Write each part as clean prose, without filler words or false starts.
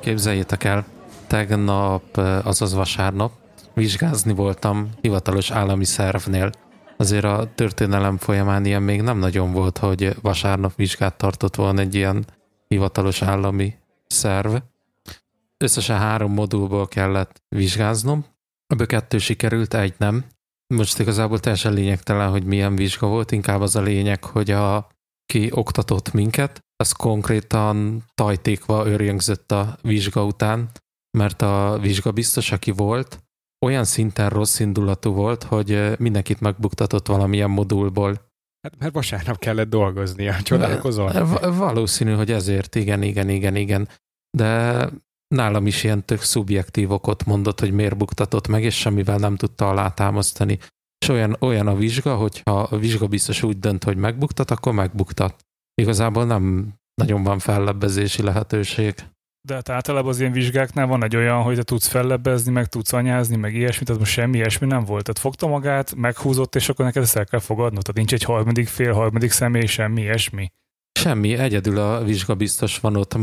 Képzeljétek el, tegnap, azaz vasárnap vizsgázni voltam hivatalos állami szervnél. Azért a történelem folyamán ilyen még nem nagyon volt, hogy vasárnap vizsgát tartott volna egy ilyen hivatalos állami szerv. Összesen 3 modulból kellett vizsgáznom, ebből 2 sikerült, egy nem. Most igazából teljesen lényegtelen, hogy milyen vizsga volt, inkább az a lényeg, hogy aki oktatott minket, az konkrétan tajtékva őrjöngzött a vizsga után, mert a vizsgabiztos, aki volt, olyan szinten rossz indulatú volt, hogy mindenkit megbuktatott valamilyen modulból. Hát mert vasárnap kellett dolgoznia, csodálkozol? Valószínű, hogy ezért, igen. De nálam is ilyen tök szubjektív okot mondott, hogy miért buktatott meg, és semmivel nem tudta alátámasztani. És olyan a vizsga, hogyha a vizsgabiztos úgy dönt, hogy megbuktat, akkor megbuktat. Igazából nem nagyon van fellebbezési lehetőség. De hát általában az ilyen vizsgáknál van egy olyan, hogy te tudsz fellebbezni, meg tudsz anyázni, meg ilyesmi, tehát most semmi ilyesmi nem volt. Tehát fogta magát, meghúzott, és akkor neked ezt el kell fogadnod. Tehát nincs egy harmadik személy, semmi ilyesmi. Semmi, egyedül a vizsgabiztos van ott,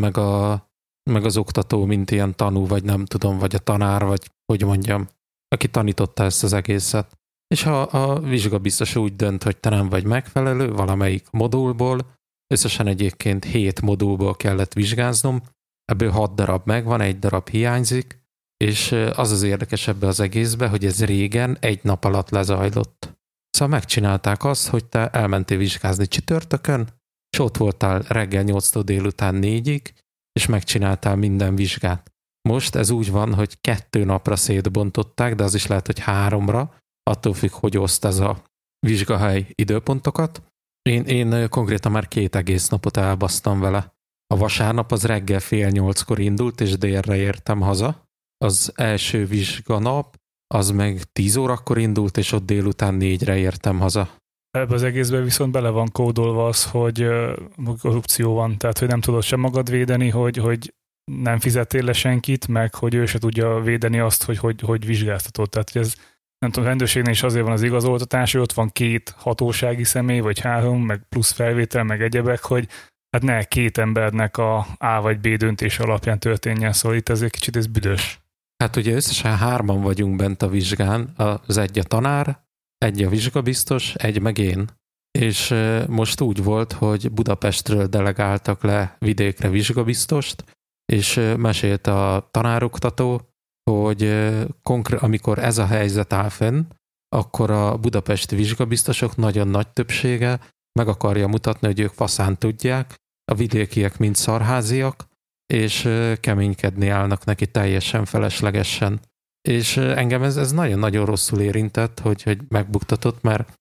meg az oktató, mint ilyen tanú, vagy nem tudom, vagy a tanár, vagy hogy mondjam, aki tanította ezt az egészet. És ha a vizsgabiztos úgy dönt, hogy te nem vagy megfelelő valamelyik modulból, összesen egyébként 7 modulból kellett vizsgáznom, ebből 6 darab megvan, 1 darab hiányzik, és az érdekes ebbe az egészbe, hogy ez régen 1 nap alatt lezajlott. Szóval megcsinálták azt, hogy te elmentél vizsgázni csütörtökön, és ott voltál reggel 8-tól délután 4-ig, és megcsináltál minden vizsgát. Most ez úgy van, hogy 2 napra szétbontották, de az is lehet, hogy 3-ra, attól függ, hogy oszt ez a vizsgahely időpontokat. Én konkrétan már 2 egész napot elbasztam vele. A vasárnap az reggel 7:30-kor indult, és délre értem haza. Az első vizsganap az meg 10 órakor indult, és ott délután 4-re értem haza. Ebben az egészben viszont bele van kódolva az, hogy korrupció van, tehát hogy nem tudod sem magad védeni, hogy nem fizettél le senkit, meg hogy ő se tudja védeni azt, hogy vizsgáztatod. Tehát hogy ez nem tudom, a rendőrségnél is azért van az igazoltatás, hogy ott van 2 hatósági személy, vagy 3, meg plusz felvétel, meg egyebek, hogy hát ne 2 embernek a A vagy B döntés alapján történjen, szóval itt ez egy kicsit ez büdös. Hát ugye összesen 3-an vagyunk bent a vizsgán, az egy a tanár, egy a vizsgabiztos, egy meg én. És most úgy volt, hogy Budapestről delegáltak le vidékre vizsgabiztost, és mesélt a tanároktató, hogy amikor ez a helyzet áll fenn, akkor a budapesti vizsgabiztosok nagyon nagy többsége meg akarja mutatni, hogy ők faszán tudják, a vidékiek mind szarháziak, és keménykedni állnak neki teljesen feleslegesen. És engem ez nagyon-nagyon rosszul érintett, hogy megbuktatott, mert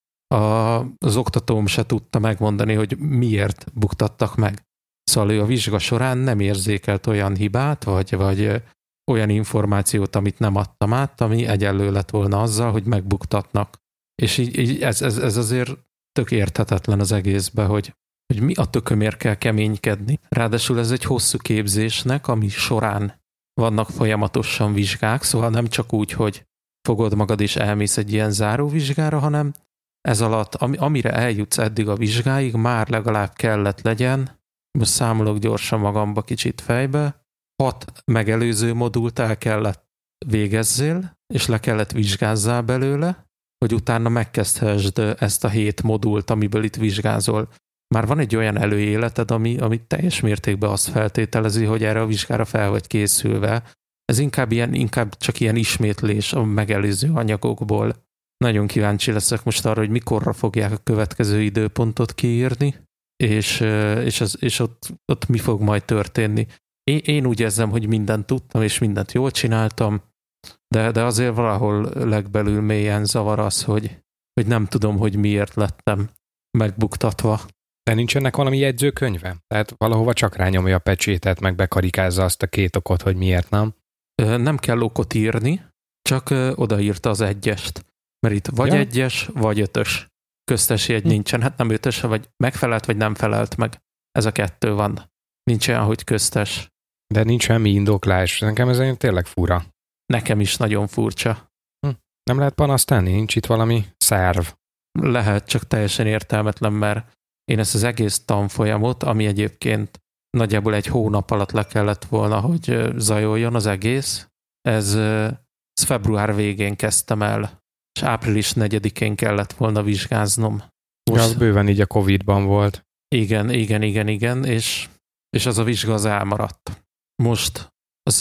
az oktatóm se tudta megmondani, hogy miért buktattak meg. Szóval ő a vizsga során nem érzékelt olyan hibát, vagy olyan információt, amit nem adtam át, ami egyenlő lett volna azzal, hogy megbuktatnak. És így ez azért tök érthetetlen az egészben, hogy mi a tökömért kell keménykedni. Ráadásul ez egy hosszú képzésnek, ami során vannak folyamatosan vizsgák, szóval nem csak úgy, hogy fogod magad és elmész egy ilyen záróvizsgára, hanem ez alatt, amire eljutsz eddig a vizsgáig, már legalább kellett legyen, most számolok gyorsan magamba kicsit fejbe, 6 megelőző modult el kellett végezzél, és le kellett vizsgázzál belőle, hogy utána megkezdhessd ezt a 7 modult, amiből itt vizsgázol. Már van egy olyan előéleted, ami teljes mértékben azt feltételezi, hogy erre a vizsgára fel vagy készülve. Ez inkább csak ilyen ismétlés a megelőző anyagokból. Nagyon kíváncsi leszek most arra, hogy mikorra fogják a következő időpontot kiírni, és ott mi fog majd történni. Én úgy érzem, hogy mindent tudtam, és mindent jól csináltam, de azért valahol legbelül mélyen zavar az, hogy nem tudom, hogy miért lettem megbuktatva. De nincs ennek valami jegyzőkönyve? Tehát valahova csak rányomja a pecsétet, meg bekarikázza azt a 2 okot, hogy miért nem? Nem kell okot írni, csak odaírta az 1-est. Mert itt vagy 1-es, vagy 5-ös. Köztes jegy nincsen. Hát nem 5-ös, vagy megfelelt, vagy nem felelt meg. Ez a 2 van. Nincs olyan, hogy köztes. De nincs semmi indoklás. Nekem ez tényleg fura. Nekem is nagyon furcsa. Nem lehet panaszt tenni? Nincs itt valami szerv? Lehet, csak teljesen értelmetlen, mert én ezt az egész tanfolyamot, ami egyébként nagyjából egy hónap alatt le kellett volna, hogy zajoljon az egész. Ez február végén kezdtem el, és április 4-én kellett volna vizsgáznom. Most... az bőven így a Covid-ban volt. Igen, és az a vizsga az elmaradt. Most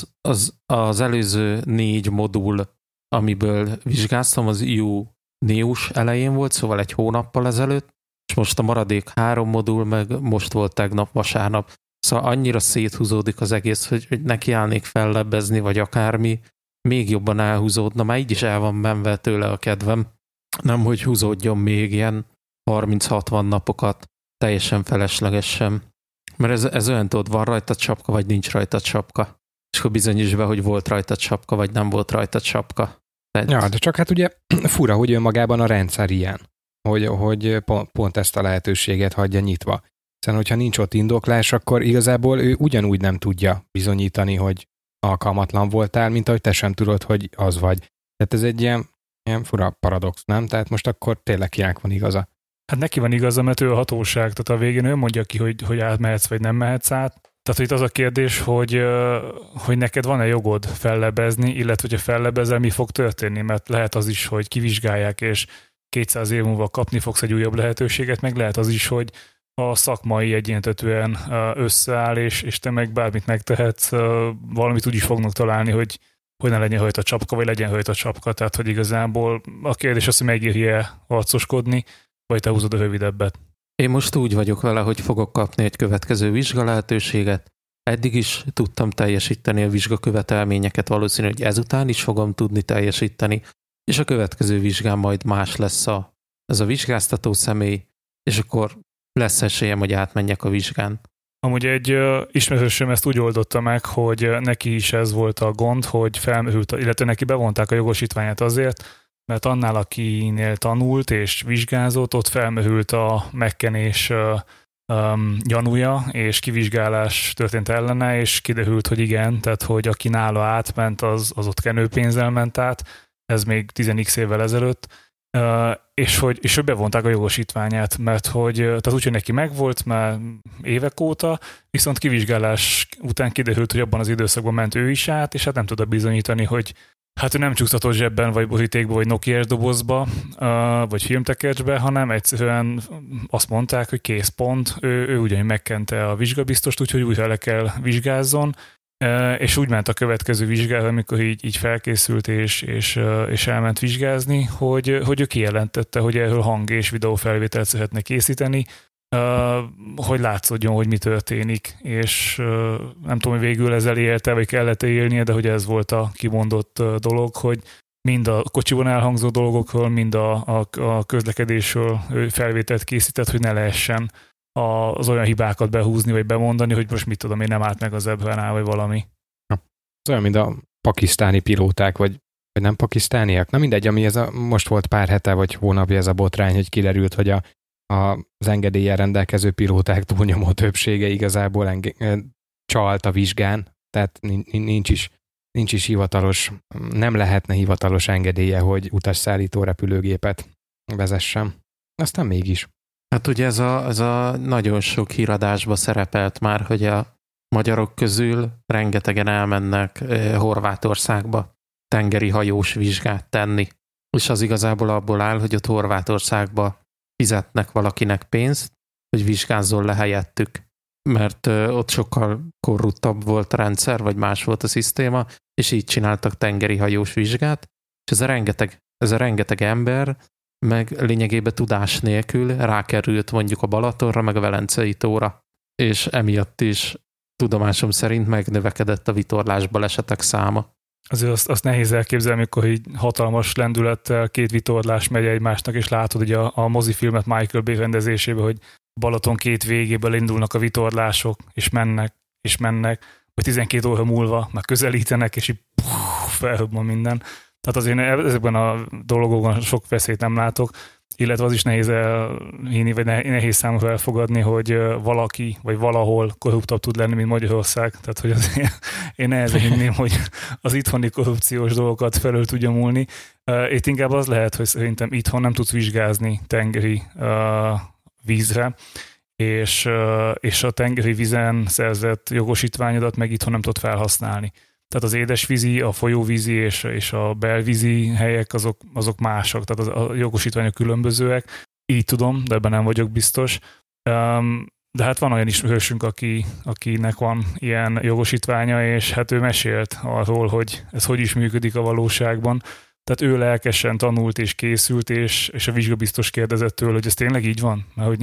az előző 4 modul, amiből vizsgáztam, az június elején volt, szóval egy hónappal ezelőtt, és most a maradék 3 modul meg most volt tegnap vasárnap. Szóval annyira széthúzódik az egész, hogy nekiállnék fellebbezni, vagy akármi, még jobban elhúzódna, már így is el van menve tőle a kedvem. Nem, hogy húzódjon még ilyen 30-60 napokat, teljesen feleslegesen. Mert ez olyan, tudod, van rajta csapka, vagy nincs rajta csapka. És akkor bizonyíts be, hogy volt rajta csapka, vagy nem volt rajta csapka. Ja, de csak hát ugye fura, hogy önmagában a rendszer ilyen, hogy pont ezt a lehetőséget hagyja nyitva. Hiszen, hogyha nincs ott indoklás, akkor igazából ő ugyanúgy nem tudja bizonyítani, hogy alkalmatlan voltál, mint ahogy te sem tudod, hogy az vagy. Tehát ez egy ilyen fura paradox, nem? Tehát most akkor tényleg kinek van igaza? Hát neki van igaza, mert ő a hatóság, tehát a végén ő mondja ki, hogy átmehetsz, vagy nem mehetsz át. Tehát itt az a kérdés, hogy neked van-e jogod fellebbezni, illetve hogyha fellebbezel, mi fog történni, mert lehet az is, hogy kivizsgálják, és 200 év múlva kapni fogsz egy újabb lehetőséget, meg lehet az is, hogy a szakmai egyéntetően összeáll, és te meg bármit megtehetsz, valamit úgy is fognak találni, hogy ne legyen rajta csapka, vagy legyen rajta csapka. Tehát, hogy igazából a kérdés az, hogy megéri-e harcoskodni, vagy te húzod a rövidebbet. Én most úgy vagyok vele, hogy fogok kapni egy következő vizsgalehetőséget. Eddig is tudtam teljesíteni a vizsgakövetelményeket, valószínű, hogy ezután is fogom tudni teljesíteni, és a következő vizsgán majd más lesz ez a vizsgáztató személy, és akkor lesz esélyem, hogy átmenjek a vizsgán. Amúgy egy ismerősöm ezt úgy oldotta meg, hogy neki is ez volt a gond, hogy felmerült, illetve neki bevonták a jogosítványát azért, mert annál, akinél tanult és vizsgázott, ott felmerült a megkenés gyanúja, és kivizsgálás történt ellene, és kiderült, hogy igen, tehát hogy aki nála átment, az ott kenőpénzzel ment át, ez még 10x évvel ezelőtt, és hogy bevonták a jogosítványát, mert hogy tehát úgy, hogy neki megvolt már évek óta, viszont kivizsgálás után kiderült, hogy abban az időszakban ment ő is át, és hát nem tudta bizonyítani, hogy hát ő nem csúsztatott zsebben, vagy borítékba, vagy Nokia-s dobozba, vagy filmtekercsbe, hanem egyszerűen azt mondták, hogy kész pont, ő ugyanúgy megkente a vizsgabiztost, úgyhogy újra le kell vizsgázzon, és úgy ment a következő vizsgára, amikor így felkészült és elment vizsgázni, hogy ő kijelentette, hogy erről hang- és videófelvételt szeretne készíteni, hogy látszódjon, hogy mi történik, és nem tudom, hogy végül ezzel élte, vagy kellett élnie, de hogy ez volt a kimondott dolog, hogy mind a kocsiban elhangzó dolgokról, mind a közlekedésről felvételt készített, hogy ne lehessen az olyan hibákat behúzni, vagy bemondani, hogy most mit tudom, én nem állt meg az ebből, vagy valami. Ez olyan, mint a pakisztáni pilóták, vagy nem pakisztániak. Na mindegy, ami most volt pár hete, vagy hónapja ez a botrány, hogy kiderült, hogy az engedéllyel rendelkező pilóták túlnyomó többsége igazából csalt a vizsgán, tehát nincs is hivatalos, nem lehetne hivatalos engedélye, hogy utasszállító repülőgépet vezessen. Aztán mégis. Hát ugye ez a nagyon sok híradásba szerepelt már, hogy a magyarok közül rengetegen elmennek Horvátországba tengeri hajós vizsgát tenni. És az igazából abból áll, hogy ott Horvátországba fizetnek valakinek pénzt, hogy vizsgázzon le helyettük. Mert ott sokkal korruptabb volt a rendszer, vagy más volt a szisztéma, és így csináltak tengeri hajós vizsgát, és ez a rengeteg ember meg lényegében tudás nélkül rákerült mondjuk a Balatonra, meg a Velencei tóra, és emiatt is tudomásom szerint megnövekedett a vitorlás balesetek száma. Azért azt nehéz elképzelni, amikor így hatalmas lendülettel 2 vitorlás megy egymásnak, és látod ugye a mozifilmet Michael Bay rendezésében, hogy Balaton 2 végéből indulnak a vitorlások, és mennek, vagy 12 óra múlva már közelítenek, és így felhöbben minden. Tehát azért ezekben a dolgokban sok veszélyt nem látok, illetve az is nehéz elhinni, vagy nehéz számomra elfogadni, hogy valaki, vagy valahol korruptabb tud lenni, mint Magyarország. Tehát, hogy azért én nehezen hinném, hogy az itthoni korrupciós dolgokat felől tudja múlni. Itt inkább az lehet, hogy szerintem itthon nem tudsz vizsgázni tengeri vízre, és a tengeri vízen szerzett jogosítványodat meg itthon nem tudod felhasználni. Tehát az édesvízi, a folyóvízi és a belvízi helyek azok mások, tehát a jogosítványok különbözőek. Így tudom, de ebben nem vagyok biztos. De hát van olyan ismerősünk, akinek van ilyen jogosítványa, és hát ő mesélt arról, hogy ez hogy is működik a valóságban. Tehát ő lelkesen tanult és készült, és a vizsgabiztos kérdezett tőle, hogy ez tényleg így van? Mert hogy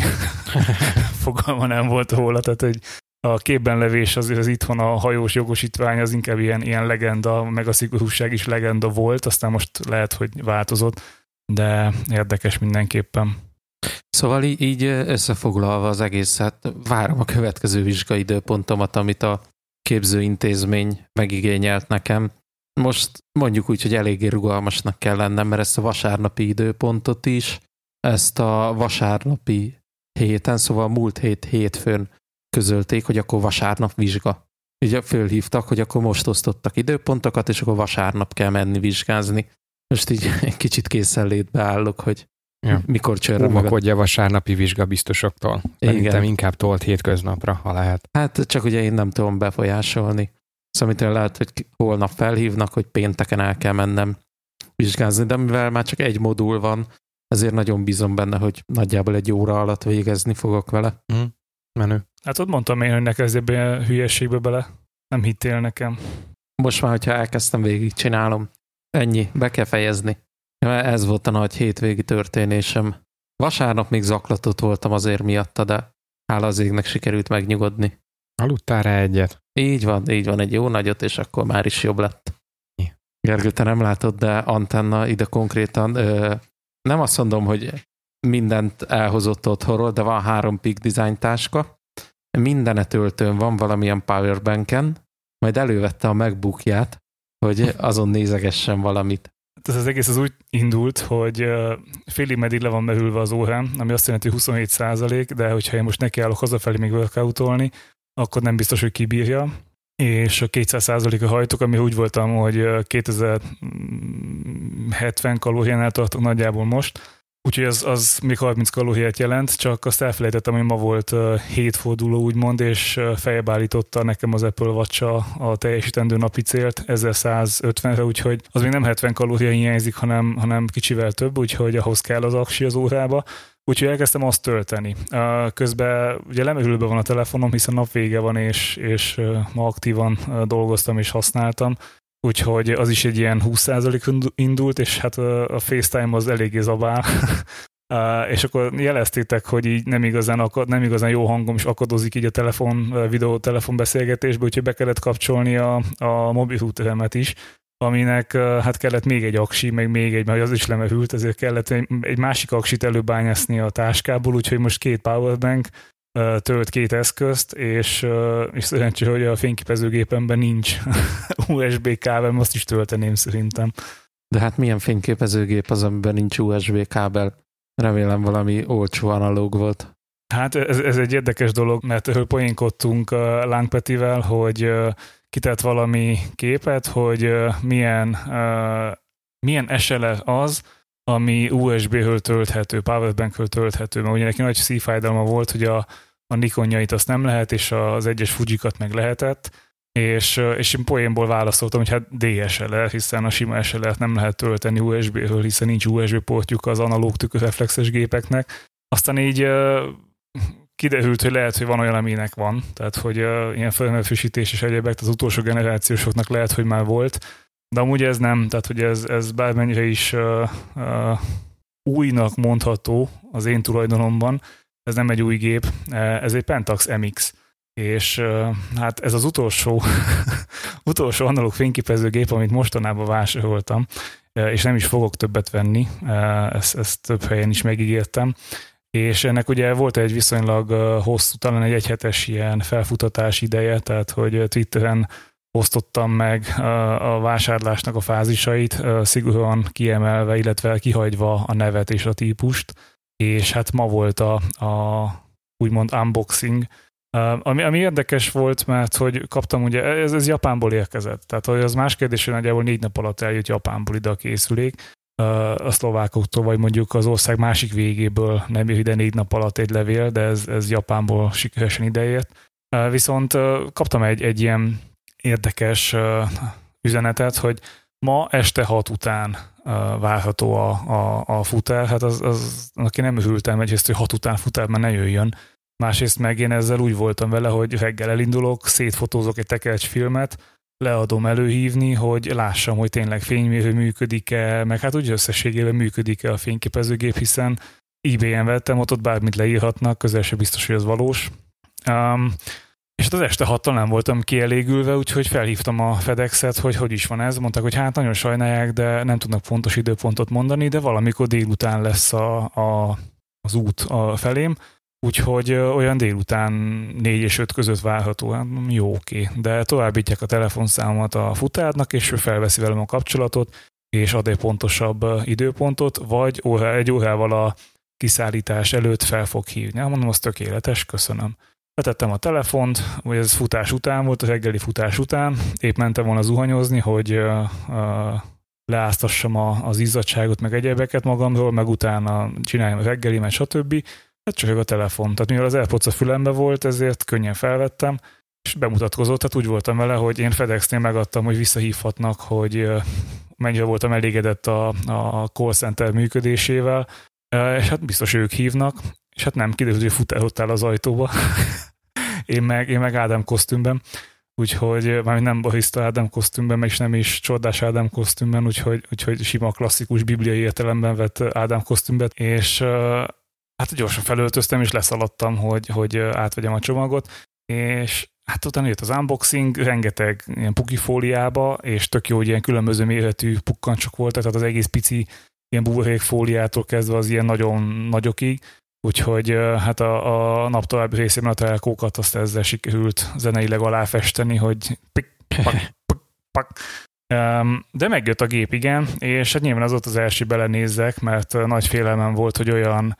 fogalma nem volt róla, tehát hogy a képben levés azért az itthon a hajós jogosítvány az inkább ilyen legenda, meg a szigorúság is legenda volt, aztán most lehet, hogy változott, de érdekes mindenképpen. Szóval így összefoglalva az egészet, várom a következő vizsgaidőpontomat, amit a képzőintézmény megigényelt nekem. Most mondjuk úgy, hogy eléggé rugalmasnak kell lennem, mert ezt a vasárnapi időpontot is, ezt a vasárnapi héten, szóval múlt hétfőn közölték, hogy akkor vasárnap vizsga. Ugye fölhívtak, hogy akkor most osztottak időpontokat, és akkor vasárnap kell menni vizsgázni. Most így egy kicsit készenlétbe állok, hogy mikor csörre magad. Óvakodj a vasárnapi vizsgabiztosoktól. Szerintem inkább tolt hétköznapra, ha lehet. Hát csak ugye én nem tudom befolyásolni. Szóval lehet, hogy holnap felhívnak, hogy pénteken el kell mennem vizsgázni, de mivel már csak egy modul van, ezért nagyon bízom benne, hogy nagyjából egy óra alatt végezni fogok vele. Menő. Hát ott mondtam én, hogy ne kezdj ebbe a hülyeségbe bele. Nem hittél nekem. Most már, hogyha elkezdtem, végigcsinálom. Ennyi, be kell fejezni. Ez volt a nagy hétvégi történésem. Vasárnap még zaklatott voltam azért miatta, de hála az égnek sikerült megnyugodni. Aludtál rá egyet? Így van, egy jó nagyot, és akkor már is jobb lett. Gergő, te nem látod, de Antenna ide konkrétan, nem azt mondom, hogy mindent elhozott otthonról, de van 3 Peak Design táska, mindene töltőn van valamilyen powerbanken, majd elővette a MacBookját, hogy azon nézegessen valamit. Ez az egész az úgy indult, hogy félig meddig le van merülve az órám, ami azt jelenti, hogy 27%, de hogyha én most nekiállok hazafelé még workoutolni, akkor nem biztos, hogy kibírja. És a 200%-a hajtok, ami úgy voltam, hogy 2070 kalóriánál tartok nagyjából most. Úgyhogy az még 30 kalóriát jelent, csak azt elfelejtettem, hogy ma volt 7 forduló úgymond, és feljebb állította nekem az Apple Watch a teljesítendő napi célt 1150-re, úgyhogy az még nem 70 kalória hiányzik, hanem kicsivel több, úgyhogy ahhoz kell az aksi az órába. Úgyhogy elkezdtem azt tölteni. Közben ugye lemerülve van a telefonom, hiszen napvége van, és ma aktívan dolgoztam és használtam. Úgyhogy az is egy ilyen 20% indult, és hát a FaceTime az eléggé zabál. És akkor jeleztétek, hogy így nem igazán jó hangom is akadozik így a videótelefon beszélgetésbe, úgyhogy be kellett kapcsolni a mobil routeremet is, aminek hát kellett még egy aksi, meg még egy, mert az is lemerült, ezért kellett egy másik aksit előbányászni a táskából, úgyhogy most 2 powerbank tölt 2 eszközt, és szerencsére, hogy a fényképezőgépemben nincs USB kábel, azt is tölteném szerintem. De hát milyen fényképezőgép az, amiben nincs USB kábel? Remélem valami olcsó analóg volt. Hát ez egy érdekes dolog, mert erről poénkodtunk Láng Petivel, hogy kitett valami képet, hogy milyen SLR az, ami USB-höl tölthető, powerbank-höl tölthető, mert ugye neki nagy szívfájdalma volt, hogy a Nikonjait azt nem lehet, és az egyes Fujikat meg lehetett, és én poénból válaszoltam, hogy hát DSLR, hiszen a sima SLR-t nem lehet tölteni USB-höl, hiszen nincs USB portjuk az analóg tükörreflexes gépeknek. Aztán így kiderült, hogy lehet, hogy van olyan, aminek van, tehát hogy ilyen felmerősítés és egyébek az utolsó generációsoknak lehet, hogy már volt, de amúgy ez nem, tehát hogy ez bármennyire is újnak mondható az én tulajdonomban, ez nem egy új gép, ez egy Pentax MX, és hát ez az utolsó analóg fényképezőgép, amit mostanában vásároltam, és nem is fogok többet venni, ezt több helyen is megígértem, és ennek ugye volt egy viszonylag hosszú, talán egy egyhetes ilyen felfutatás ideje, tehát hogy Twitteren osztottam meg a vásárlásnak a fázisait, szigorúan kiemelve, illetve kihagyva a nevet és a típust, és hát ma volt a úgymond unboxing, ami érdekes volt, mert hogy kaptam, ugye ez Japánból érkezett, tehát hogy az más kérdés, hogy nagyjából 4 nap alatt eljött Japánból ide a készülék, a szlovákoktól, vagy mondjuk az ország másik végéből nem jön ide 4 nap alatt egy levél, de ez Japánból sikeresen ideért. Viszont kaptam egy ilyen érdekes üzenetet, hogy ma este 6 után várható a futár. Hát az aki nem örültem egyrészt, hogy 6 után futár, mert ne jöjjön. Másrészt meg én ezzel úgy voltam vele, hogy reggel elindulok, szétfotózok egy tekercsfilmet, leadom előhívni, hogy lássam, hogy tényleg fénymérő működik-e, meg hát úgy összességében működik-e a fényképezőgép, hiszen eBay-en vettem, ott bármit leírhatnak, közel sem biztos, hogy az valós. És hát az este 6-tal nem voltam kielégülve, úgyhogy felhívtam a FedEx-et, hogy is van ez. Mondták, hogy hát nagyon sajnálják, de nem tudnak pontos időpontot mondani, de valamikor délután lesz az út felém. Úgyhogy olyan délután 4 és 5 között várható. Hát, jó, oké. De továbbítják a telefonszámomat a futárnak, és ő felveszi velem a kapcsolatot, és ad egy pontosabb időpontot, vagy egy órával a kiszállítás előtt fel fog hívni. Mondom, az tökéletes, köszönöm. Letettem a telefont, hogy ez futás után volt, a reggeli futás után. Épp mentem volna zuhanyozni, hogy leáztassam az izzadságot, meg egyebeket magamról, meg utána csináljam a reggelimet, stb. Hát csak a telefon. Tehát mivel az AirPods a fülembe volt, ezért könnyen felvettem, és bemutatkozott, tehát úgy voltam vele, hogy én FedEx-nél megadtam, hogy visszahívhatnak, hogy mennyire voltam elégedett a call center működésével, és hát biztos ők hívnak, és hát nem kiderült, hogy futár ott áll az ajtóba. én meg Ádám kosztümben, úgyhogy mármint nem barista Ádám kosztümben, meg is nem is csodás Ádám kosztümben, úgyhogy sima klasszikus bibliai értelemben vett Ádám kosztümben, és hát gyorsan felöltöztem, és leszaladtam, hogy átvegyem a csomagot, és hát utána jött az unboxing, rengeteg ilyen pukifóliába, és tök jó, hogy ilyen különböző méretű pukkancsok voltak, tehát az egész pici ilyen buborékfóliától kezdve az ilyen nagyon nagyokig, úgyhogy hát a nap további részében a telkókat azt ezzel sikerült zeneileg aláfesteni, hogy pik, pak, pak, pak. De megjött a gép, igen, és hát nyilván az ott az első belenézzek, mert nagy félelmem volt, hogy olyan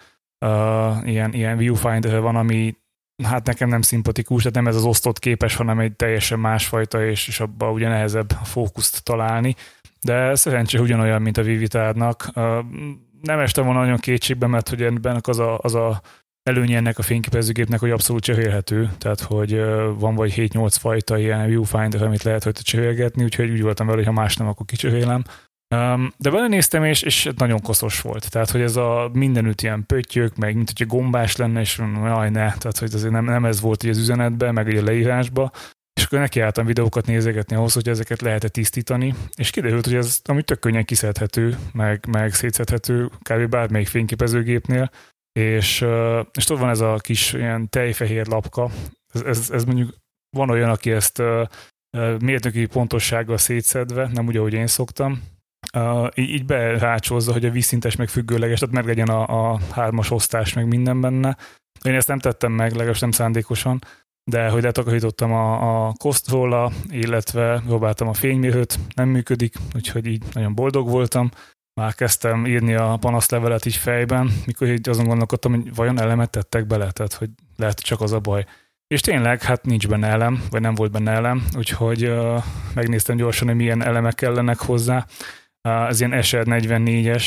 ilyen viewfinder van, ami hát nekem nem szimpatikus, tehát nem ez az osztott képes, hanem egy teljesen másfajta, és abban ugye nehezebb a fókuszt találni. De szerencsére ugyanolyan, mint a Vivitárnak. Nem estem volna nagyon kétségbe, mert hogy ebben az a előnye ennek a fényképezőgépnek, hogy abszolút cserélhető, tehát hogy van vagy 7-8 fajta ilyen viewfinder, amit lehet rajta cserélgetni, úgyhogy úgy voltam vele, hogy ha más nem, akkor kicserélem. De belenéztem, és nagyon koszos volt. Tehát, hogy ez a mindenütt ilyen pöttyök, meg mint hogyha gombás lenne, és jaj, ne. Tehát, hogy azért nem ez volt így az üzenetben, meg így a leírásba. És akkor nekiálltam videókat nézegetni ahhoz, hogy ezeket lehet tisztítani, és kiderült, hogy ez ami tök könnyen kiszedhető, meg szétszedhető kb. Bármelyik fényképezőgépnél, és ott van ez a kis ilyen tejfehér lapka. Ez mondjuk van olyan, aki ezt mérnöki pontossággal szétszedve, nem úgy, ahogy én szoktam, így berácsozza, hogy a vízszintes meg függőleges, tehát meg legyen a 3-as osztás meg minden benne. Én ezt nem tettem meg, legalábbis nem szándékosan, de hogy letakarítottam a kosztróla, illetve próbáltam a fénymérőt, nem működik, úgyhogy így nagyon boldog voltam. Már kezdtem írni a panaszlevelet így fejben, mikor így azon gondolkodtam, hogy vajon elemet tettek bele, tehát hogy lehet csak az a baj. És tényleg, hát nincs benne elem, vagy nem volt benne elem, úgyhogy megnéztem gyorsan, hogy milyen elemek kellenek hozzá. Ez ilyen SR44-es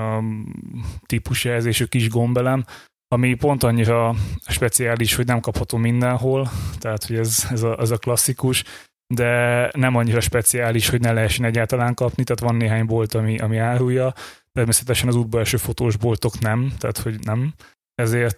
típusjelzésű kis gombelem, ami pont annyira speciális, hogy nem kapható mindenhol, tehát hogy ez a klasszikus, de nem annyira speciális, hogy ne lehessen egyáltalán kapni, tehát van néhány bolt, ami árulja, természetesen az útba eső fotós boltok nem, tehát hogy nem. Ezért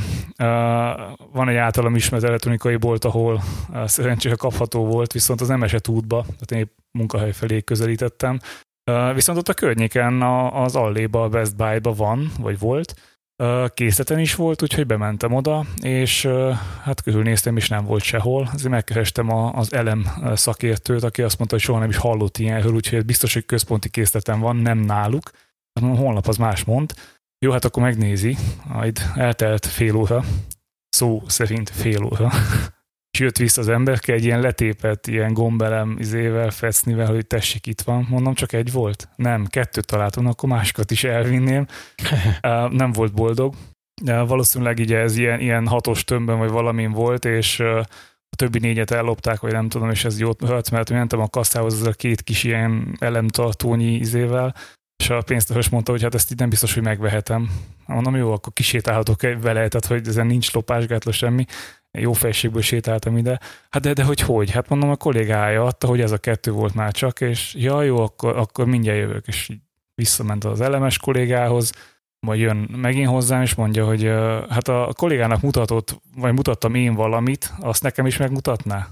van egy általam ismert elektronikai bolt, ahol szerencsére kapható volt, viszont az nem esett útba, tehát én munkahely felé közelítettem. Viszont ott a környéken az Alléba, a Best Buy-ba van, vagy volt, készleten is volt, úgyhogy bementem oda, és hát körülnéztem, és nem volt sehol. Azért megkerestem az elem szakértőt, aki azt mondta, hogy soha nem is hallott ilyenről, úgyhogy biztos, hogy központi készleten van, nem náluk. Holnap az más mond. Jó, hát akkor megnézi. Majd eltelt fél óra, szó szerint fél óra. És jött vissza az emberke egy ilyen letépett, ilyen gombelem izével, fecnivel, hogy tessék, itt van. Mondom, csak egy volt? Nem, 2 találtam, akkor másikat is elvinném. Nem volt boldog. Valószínűleg így ez ilyen 6-os tömbben vagy valamin volt, és a többi 4-et ellopták, vagy nem tudom, és ez jót hört, mert mentem a kasszához ezzel a 2 kis ilyen elemtartónyi izével, és a pénztáros mondta, hogy hát ezt így nem biztos, hogy megvehetem. Mondom, jó, akkor kisétálhatok vele, tehát hogy ezen nincs lopásgátló semmi. Jó fejségből sétáltam ide. Hát de hogy? Hát mondom, a kollégája adta, hogy ez a 2 volt már csak, és ja, jó, akkor mindjárt jövök, és így visszament az elemes kollégához, majd jön megint hozzám, és mondja, hogy hát a kollégának mutattam én valamit, azt nekem is megmutatná?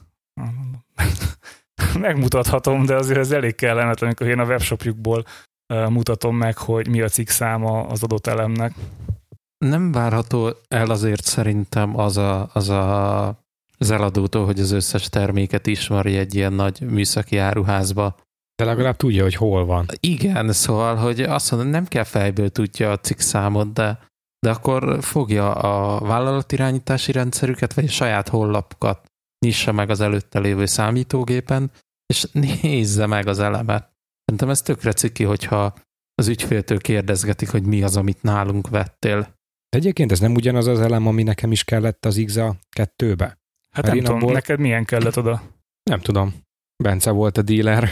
Megmutathatom, de azért ez elég kellemetlen, amikor én a webshopjukból mutatom meg, hogy mi a cikk száma az adott elemnek. Nem várható el azért szerintem az eladótól, hogy az összes terméket ismeri egy ilyen nagy műszaki áruházba. De legalább tudja, hogy hol van. Igen, szóval, hogy azt mondom, nem kell fejből tudja a cikk számot, de akkor fogja a vállalatirányítási rendszerüket, vagy a saját honlapukat, nyissa meg az előtte lévő számítógépen, és nézze meg az elemet. Szerintem ez tökre ciki, hogyha az ügyféltől kérdezgetik, hogy mi az, amit nálunk vettél. De egyébként ez nem ugyanaz az elem, ami nekem is kellett az XA 2-be? Hát nem tudom, neked milyen kellett oda? Nem tudom. Bence volt a dealer.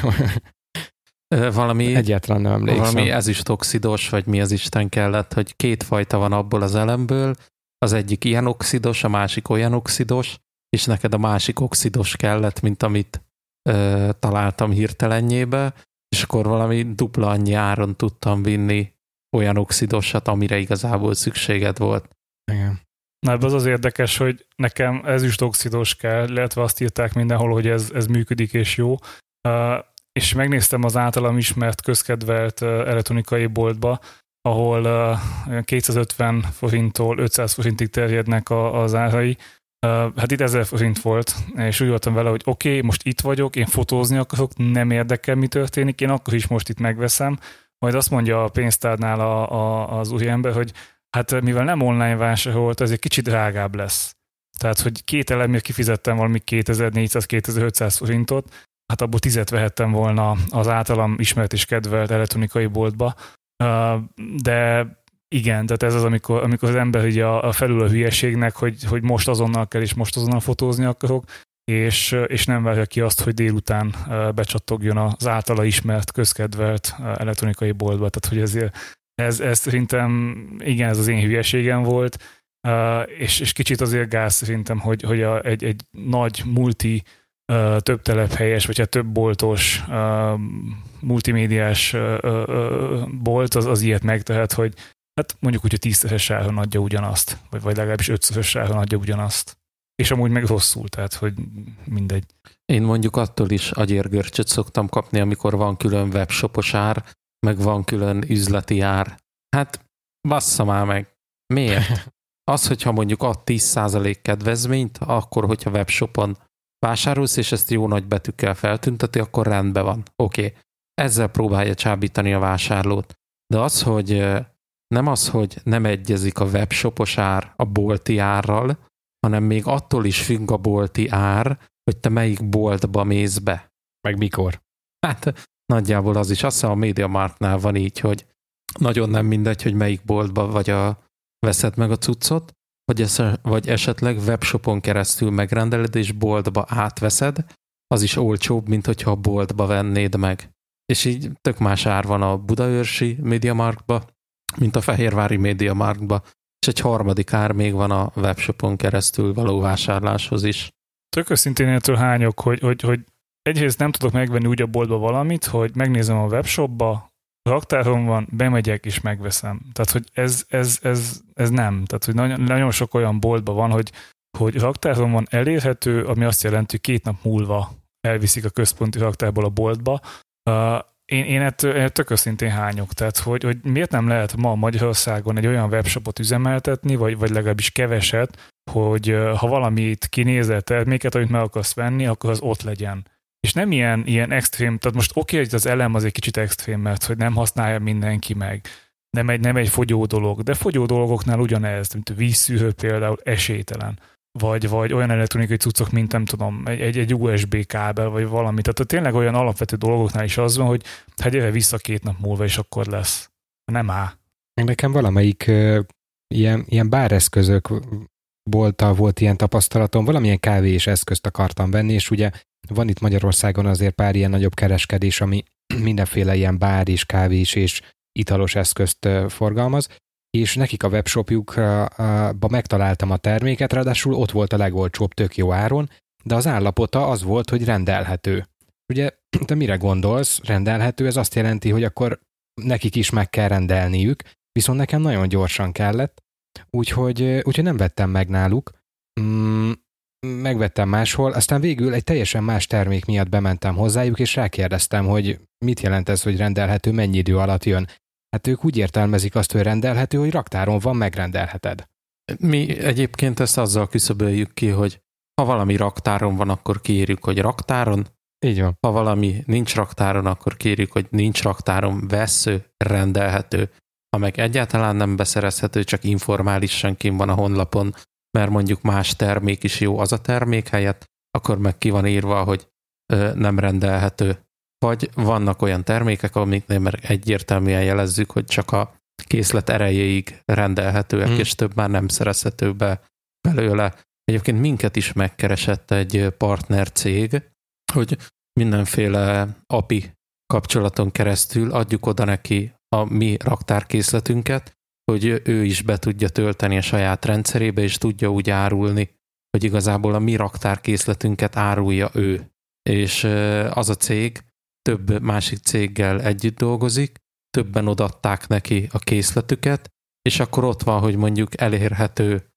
Valami, egyáltalán nem emlékszem. Valami ezüstoxidos, vagy mi az Isten kellett, hogy 2 fajta van abból az elemből, az egyik ilyen oxidos, a másik olyan oxidos, és neked a másik oxidos kellett, mint amit találtam hirtelenjébe, és akkor valami dupla annyi áron tudtam vinni olyan oxidosat, amire igazából szükséged volt. Igen. Na, ebben az érdekes, hogy nekem ezüstoxidos kell, illetve azt írták mindenhol, hogy ez működik és jó. És megnéztem az általam ismert közkedvelt elektronikai boltba, ahol 250 forinttól 500 forintig terjednek az árai. Hát itt 1000 forint volt, és úgy voltam vele, hogy oké, most itt vagyok, én fotózni akarok, nem érdekel, mi történik, én akkor is most itt megveszem. Majd azt mondja a pénztárnál az úriember, hogy hát mivel nem online vásárolt, ez egy kicsit drágább lesz. Tehát, hogy 2 elemért kifizettem valami 2400-2500 forintot, hát abból 10 vehettem volna az általam ismert és kedvelt elektronikai boltba. De igen, tehát ez az, amikor az ember ugye a felül a hülyeségnek, hogy most azonnal kell, és most azonnal fotózni akarok, és nem várja ki azt, hogy délután becsattogjon az általa ismert, közkedvelt elektronikai boltba. Tehát, hogy ezért ez szerintem, igen, ez az én hülyeségem volt, és kicsit azért gáz szerintem, hogy egy nagy multi, több telephelyes, vagy több boltos, multimédiás bolt az ilyet megtehet, hogy hát mondjuk úgy, hogy 10-szeres áron adja ugyanazt, vagy legalábbis 5-szeres áron adja ugyanazt. És amúgy meg rosszul, tehát hogy mindegy. Én mondjuk attól is agyérgörcsöt szoktam kapni, amikor van külön webshopos ár, meg van külön üzleti ár. Hát bassza már meg. Miért? Az, hogyha mondjuk ad 10% kedvezményt, akkor, hogyha webshopon vásárolsz, és ezt jó nagy betűkkel feltünteti, akkor rendben van. Oké. Ezzel próbálja csábítani a vásárlót. De az, hogy nem egyezik a webshopos ár a bolti árral, hanem még attól is függ a bolti ár, hogy te melyik boltba mész be. Meg mikor. Hát nagyjából az is. Azt hiszem a MediaMarktnál van így, hogy nagyon nem mindegy, hogy melyik boltba veszed meg a cuccot, vagy esetleg webshopon keresztül megrendeled, és boltba átveszed, az is olcsóbb, mint hogyha a boltba vennéd meg. És így tök más ár van a budaörsi MediaMarktba, mint a fehérvári MediaMarktba, és egy harmadik ár még van a webshopon keresztül való vásárláshoz is. Tök őszintén ettől hányok, hogy egyrészt nem tudok megvenni úgy a boltba valamit, hogy megnézem a webshopba, raktáron van, bemegyek és megveszem. Tehát, hogy ez nem. Tehát, hogy nagyon sok olyan boltban van, hogy raktáron van elérhető, ami azt jelenti, hogy 2 nap múlva elviszik a központi raktárból a boltba. Én ettől tök őszintén hányok. Tehát, hogy miért nem lehet ma Magyarországon egy olyan webshopot üzemeltetni, vagy legalábbis keveset, hogy ha valamit kinézel terméket, amit meg akarsz venni, akkor az ott legyen. És nem ilyen extrém, tehát most oké, hogy az elem az egy kicsit extrém, mert hogy nem használja mindenki meg. Nem egy fogyó dolog, de fogyó dolgoknál ugyanez, mint a vízszűrő például esélytelen. Vagy olyan elektronikai cuccok, mint nem tudom, egy USB kábel, vagy valami. Tehát tényleg olyan alapvető dolgoknál is az van, hogy hát gyere vissza 2 nap múlva, és akkor lesz. Nem áll. Nekem valamelyik ilyen báreszközök bolttal volt ilyen tapasztalatom, valamilyen kávé és eszközt akartam venni, és ugye van itt Magyarországon azért pár ilyen nagyobb kereskedés, ami mindenféle ilyen bár és kávés és italos eszközt forgalmaz, és nekik a webshopjukba megtaláltam a terméket, ráadásul ott volt a legolcsóbb, tök jó áron, de az állapota az volt, hogy rendelhető. Ugye, te mire gondolsz? Rendelhető, ez azt jelenti, hogy akkor nekik is meg kell rendelniük, viszont nekem nagyon gyorsan kellett, úgyhogy nem vettem meg náluk, megvettem máshol, aztán végül egy teljesen más termék miatt bementem hozzájuk, és rákérdeztem, hogy mit jelent ez, hogy rendelhető, mennyi idő alatt jön. Hát ők úgy értelmezik azt, hogy rendelhető, hogy raktáron van, megrendelheted. Mi egyébként ezt azzal küszöböljük ki, hogy ha valami raktáron van, akkor kiírjuk, hogy raktáron. Így van. Ha valami nincs raktáron, akkor kérjük, hogy nincs raktáron, vessző, rendelhető. Ha meg egyáltalán nem beszerezhető, csak informálisan kint van a honlapon, mert mondjuk más termék is jó az a termék helyett, akkor meg ki van írva, hogy nem rendelhető. Vagy vannak olyan termékek, amiknél már egyértelműen jelezzük, hogy csak a készlet erejéig rendelhetőek, és több már nem szerezhető be belőle. Egyébként minket is megkeresett egy partner cég, hogy mindenféle API kapcsolaton keresztül adjuk oda neki a mi raktárkészletünket, hogy ő is be tudja tölteni a saját rendszerébe, és tudja úgy árulni, hogy igazából a mi raktárkészletünket árulja ő. És az a cég több másik céggel együtt dolgozik, többen odaadták neki a készletüket, és akkor ott van, hogy mondjuk elérhető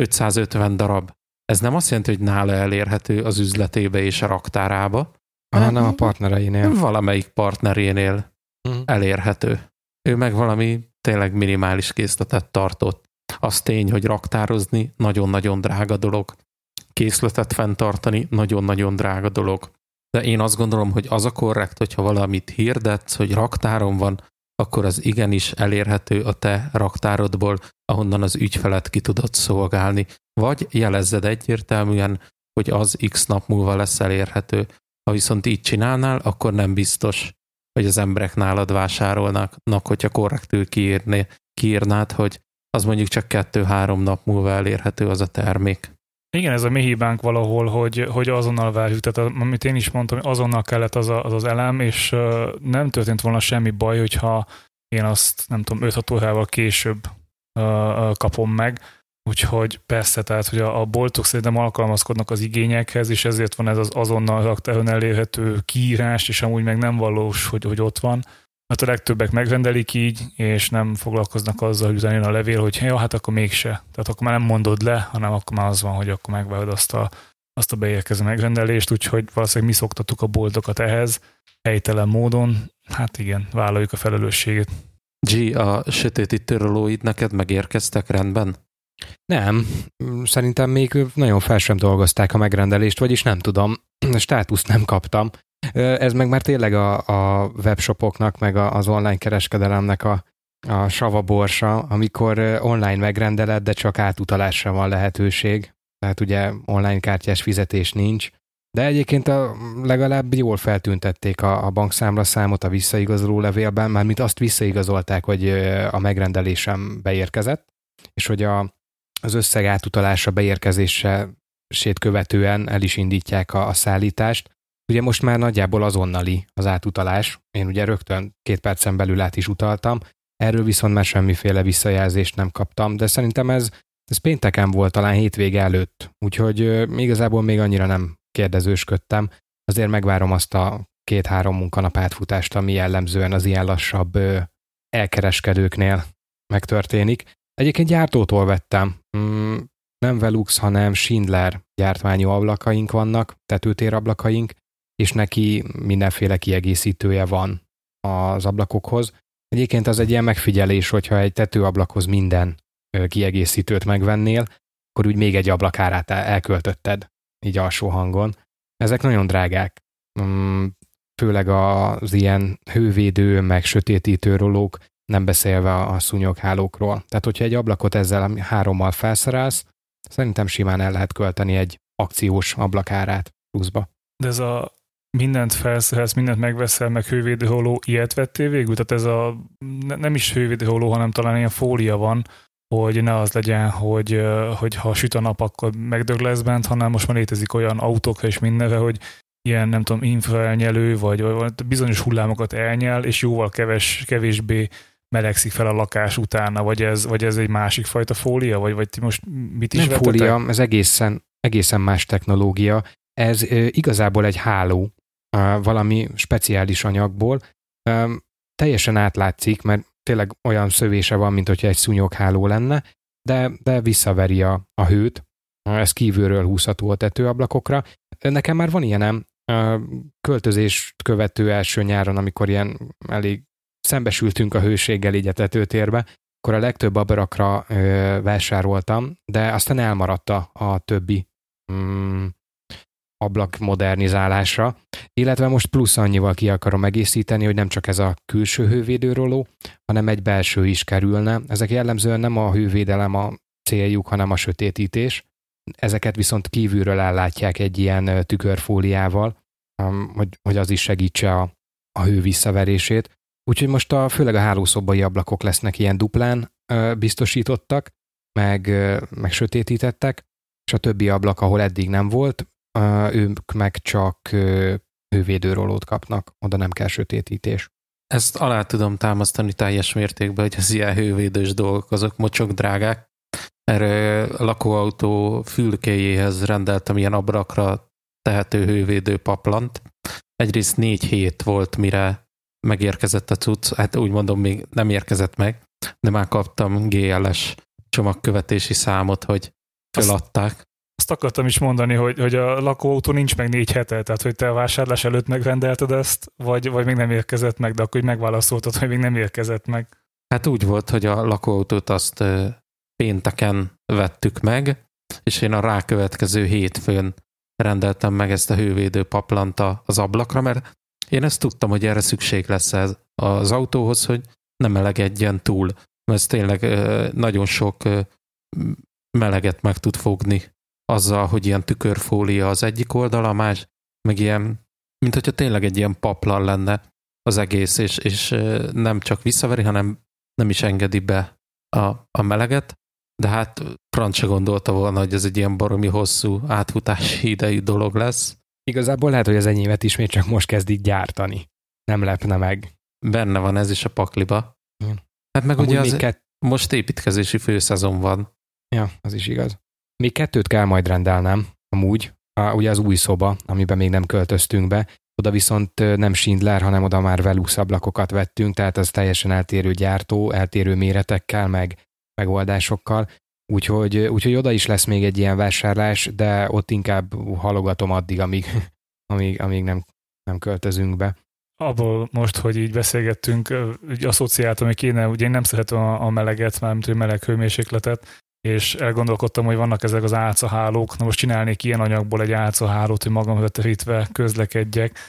550 darab. Ez nem azt jelenti, hogy nála elérhető az üzletébe és a raktárába, hanem a partnereinél. Valamelyik partnerénél elérhető. Ő meg valami tényleg minimális készletet tartott. Az tény, hogy raktározni nagyon-nagyon drága dolog. Készletet fenntartani nagyon-nagyon drága dolog. De én azt gondolom, hogy az a korrekt, hogyha valamit hirdetsz, hogy raktáron van, akkor az igenis elérhető a te raktárodból, ahonnan az ügyfelet ki tudod szolgálni. Vagy jelezzed egyértelműen, hogy az X nap múlva lesz elérhető. Ha viszont így csinálnál, akkor nem biztos, hogy az emberek nálad vásárolnak, hogyha korrektül kiírnád, hogy az mondjuk csak 2-3 nap múlva elérhető az a termék. Igen, ez a mi hibánk valahol, hogy azonnal várjuk. Tehát amit én is mondtam, azonnal kellett az elem, és nem történt volna semmi baj, hogyha én azt, nem tudom, 5-6 órával később kapom meg. Úgyhogy persze, tehát, hogy a boltok szerintem alkalmazkodnak az igényekhez, és ezért van ez az azonnal raktáron elérhető kiírás, és amúgy meg nem valós, hogy ott van. Mert a legtöbbek megrendelik így, és nem foglalkoznak azzal, hogy utána jön a levél, hogy ja, hát akkor mégse. Tehát akkor már nem mondod le, hanem akkor már az van, hogy akkor megvárod azt a beérkező megrendelést, úgyhogy valószínűleg mi szoktattuk a boltokat ehhez, helytelen módon. Hát igen, vállaljuk a felelősséget. G, a sötétítő rolóid neked megérkeztek rendben? Nem, szerintem még nagyon fel sem dolgozták a megrendelést, vagyis nem tudom, státuszt nem kaptam. Ez meg már tényleg a webshopoknak, meg az online kereskedelemnek a savaborsa, amikor online megrendeled, de csak átutalásra van lehetőség. Tehát ugye online kártyás fizetés nincs. De egyébként legalább jól feltüntették a bankszámlaszámot a visszaigazoló levélben, mármint azt visszaigazolták, hogy a megrendelésem beérkezett, és hogy az összeg átutalása beérkezését követően el is indítják a szállítást. Ugye most már nagyjából azonnali az átutalás. Én ugye rögtön 2 percen belül át is utaltam, erről viszont már semmiféle visszajelzést nem kaptam, de szerintem ez pénteken volt, talán hétvége előtt, úgyhogy igazából még annyira nem kérdezősködtem. Azért megvárom azt a 2-3 munkanap átfutást, ami jellemzően az ilyen lassabb elkereskedőknél megtörténik. Egyébként gyártótól vettem. Nem Velux, hanem Schindler gyártmányú ablakaink vannak, tetőtérablakaink, és neki mindenféle kiegészítője van az ablakokhoz. Egyébként az egy ilyen megfigyelés, hogyha egy tetőablakhoz minden kiegészítőt megvennél, akkor úgy még egy ablakárát elköltötted, így alsó hangon. Ezek nagyon drágák. Főleg az ilyen hővédő, meg sötétítő rolók, nem beszélve a szúnyoghálókról. Tehát, hogyha egy ablakot ezzel 3-mal felszerelsz, szerintem simán el lehet költeni egy akciós ablakárát pluszba. De ez a mindent felszerelsz, mindent megveszel, meg hővédőhóló, ilyet vettél végül? Tehát ez nem is hővédőhóló, hanem talán ilyen fólia van, hogy ne az legyen, hogy ha süt a nap, akkor megdög lesz bent, hanem most már létezik olyan autókra és mindenre, hogy ilyen, nem tudom, infraelnyelő, vagy bizonyos hullámokat elnyel, és jóval kevésbé melegszik fel a lakás utána, vagy ez egy másik fajta fólia, vagy ti most mit is vettetek? Nem fólia, ez egészen más technológia. Ez igazából egy háló, valami speciális anyagból. Teljesen átlátszik, mert tényleg olyan szövése van, mint hogyha egy szúnyogháló lenne, de visszaveri a hőt. Ez kívülről húzható a tetőablakokra. Nekem már van ilyenem, költözést követő első nyáron, amikor ilyen elég szembesültünk a hőséggel így a tetőtérbe, akkor a legtöbb abrakra vásároltam, de aztán elmaradt a többi ablak modernizálásra, illetve most plusz annyival ki akarom egészíteni, hogy nem csak ez a külső hővédőróló, hanem egy belső is kerülne. Ezek jellemzően nem a hővédelem a céljuk, hanem a sötétítés. Ezeket viszont kívülről ellátják egy ilyen tükörfóliával, hogy az is segítse a hő visszaverését. Úgyhogy most főleg a hálószobai ablakok lesznek ilyen duplán biztosítottak, meg sötétítettek, és a többi ablak, ahol eddig nem volt, ők meg csak hővédőrólót kapnak, oda nem kell sötétítés. Ezt alá tudom támasztani teljes mértékben, hogy az ilyen hővédős dolgok, azok mocsok drágák. Erre a lakóautó fülkéjéhez rendeltem ilyen abrakra tehető hővédő paplant. Egyrészt 4 hét volt, mire megérkezett a cucc, hát úgy mondom, még nem érkezett meg, de már kaptam GLS csomagkövetési számot, hogy feladták. Azt akartam is mondani, hogy a lakóautó nincs meg 4 hete, tehát hogy te a vásárlás előtt megrendelted ezt, vagy még nem érkezett meg, de akkor így megválaszoltad, hogy még nem érkezett meg. Hát úgy volt, hogy a lakóautót azt pénteken vettük meg, és én a rákövetkező hétfőn rendeltem meg ezt a hővédő paplant az ablakra, mert én ezt tudtam, hogy erre szükség lesz az autóhoz, hogy nem melegedjen túl, mert ez tényleg nagyon sok meleget meg tud fogni azzal, hogy ilyen tükörfólia az egyik oldala, a más, meg ilyen, mint hogyha tényleg egy ilyen paplan lenne az egész, és nem csak visszaveri, hanem nem is engedi be a meleget, de hát Franc se gondolta volna, hogy ez egy ilyen baromi hosszú átfutási idejű dolog lesz. Igazából lehet, hogy az enyémet ismét csak most kezdik gyártani. Nem lepne meg. Benne van ez is a pakliba. Hát meg amúgy ugye most építkezési főszezon van. Ja, az is igaz. Még 2 kell majd rendelnem, amúgy. Ugye az új szoba, amiben még nem költöztünk be. Oda viszont nem Schindler, hanem oda már Velux ablakokat vettünk, tehát az teljesen eltérő gyártó, eltérő méretekkel, meg megoldásokkal. Úgyhogy oda is lesz még egy ilyen vásárlás, de ott inkább halogatom addig, amíg nem költözünk be. Abból most, hogy így beszélgettünk, asszociáltam, hogy kéne, ugye én nem szeretem a meleget, mármint hogy meleg hőmérsékletet, és elgondolkodtam, hogy vannak ezek az álcahálók, na most csinálnék ilyen anyagból egy álcahálót, hogy magam vetítve közlekedjek.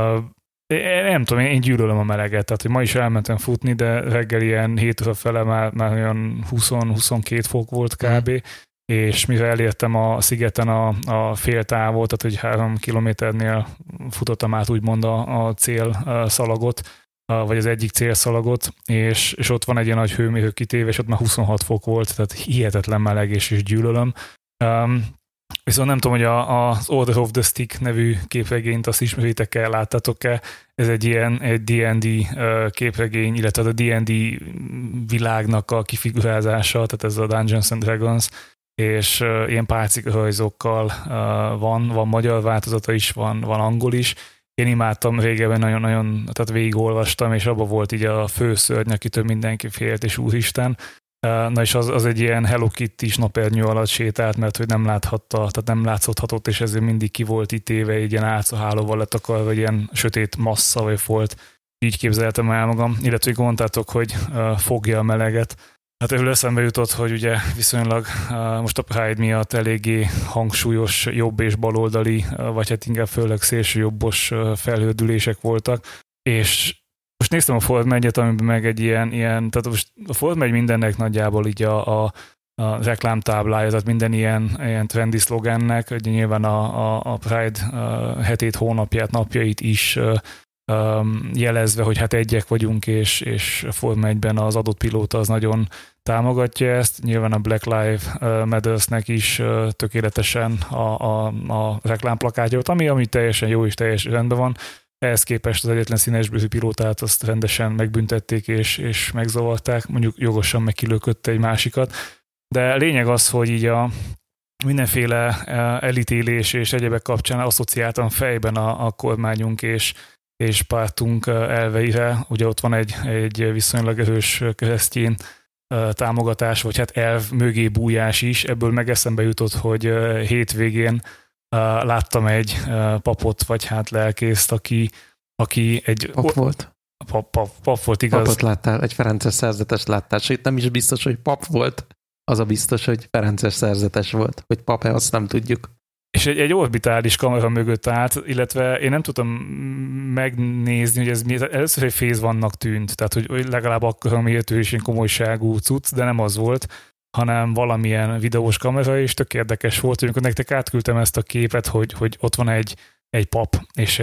Nem tudom, én gyűlölöm a meleget, tehát hogy ma is elmentem futni, de reggel ilyen 7 óra fele már olyan 20-22 fok volt kb. És mivel elértem a szigeten a fél távot, tehát hogy 3 kilométernél futottam át úgymond a célszalagot, vagy az egyik célszalagot, és ott van egy ilyen nagy hőmérő kitéve, és ott már 26 fok volt, tehát hihetetlen meleg, és gyűlölöm. Viszont nem tudom, hogy az Order of the Stick nevű képregényt azt ismeritek-e, láttátok-e? Ez egy ilyen egy D&D képregény, illetve a D&D világnak a kifigurázása, tehát ez a Dungeons and Dragons, és ilyen pálcikahajzókkal van magyar változata is, van angol is. Én imádtam régebben, nagyon-nagyon, tehát végigolvastam, és abban volt így a főszörny, akitől mindenki félt, és úristen. Na és az egy ilyen Hello Kitty-s napernyő alatt sétált, mert hogy nem láthatta, tehát nem látszódhatott, és ezért mindig ki volt ítéve, egy ilyen álcahálóval lett akarva, vagy ilyen sötét massza, vagy volt. Így képzeltem el magam, illetve mondtátok, hogy fogja a meleget. Hát erről eszembe jutott, hogy ugye viszonylag most a Pride miatt eléggé hangsúlyos jobb és baloldali, vagy hát inkább főleg szélsőjobbos felhördülések voltak, és most néztem a Ford Megy-et, amiben meg egy ilyen, tehát most a Ford Megy mindennek nagyjából így a reklámtáblája, tehát minden ilyen trendi szlogennek, hogy nyilván a Pride hetét, hónapját, napjait is jelezve, hogy hát egyek vagyunk, és a Ford Megy-ben az adott pilóta az nagyon támogatja ezt. Nyilván a Black Lives Matter-nek is tökéletesen a reklámplakátja, ami teljesen jó és teljesen rendben van. ehhez képest az egyetlen színesbőrű pilótát azt rendesen megbüntették és megzavarták, mondjuk jogosan megkilökötte egy másikat. De lényeg az, hogy így a mindenféle elítélés és egyebek kapcsán asszociáltan fejben a kormányunk és pártunk elveire. Ugye ott van egy viszonylag erős keresztény támogatás, vagy hát elv mögé bújás is. Ebből meg eszembe jutott, hogy hétvégén láttam egy papot, vagy hát lelkészt, aki egy... Pap volt? Pap volt, igaz. Papot láttál, egy ferences szerzetes láttál, sőt nem is biztos, hogy pap volt, az a biztos, hogy ferences szerzetes volt, hogy pap-e, azt nem tudjuk. És egy orbitális kamera mögött állt, illetve én nem tudtam megnézni, hogy ez mi. Először egy Phase One-nak tűnt, tehát hogy legalább akkor mérhető és ilyen komolyságú cucc, de nem az volt, hanem valamilyen videós kamera, és tök érdekes volt, hogy amikor nektek átküldtem ezt a képet, hogy ott van egy pap és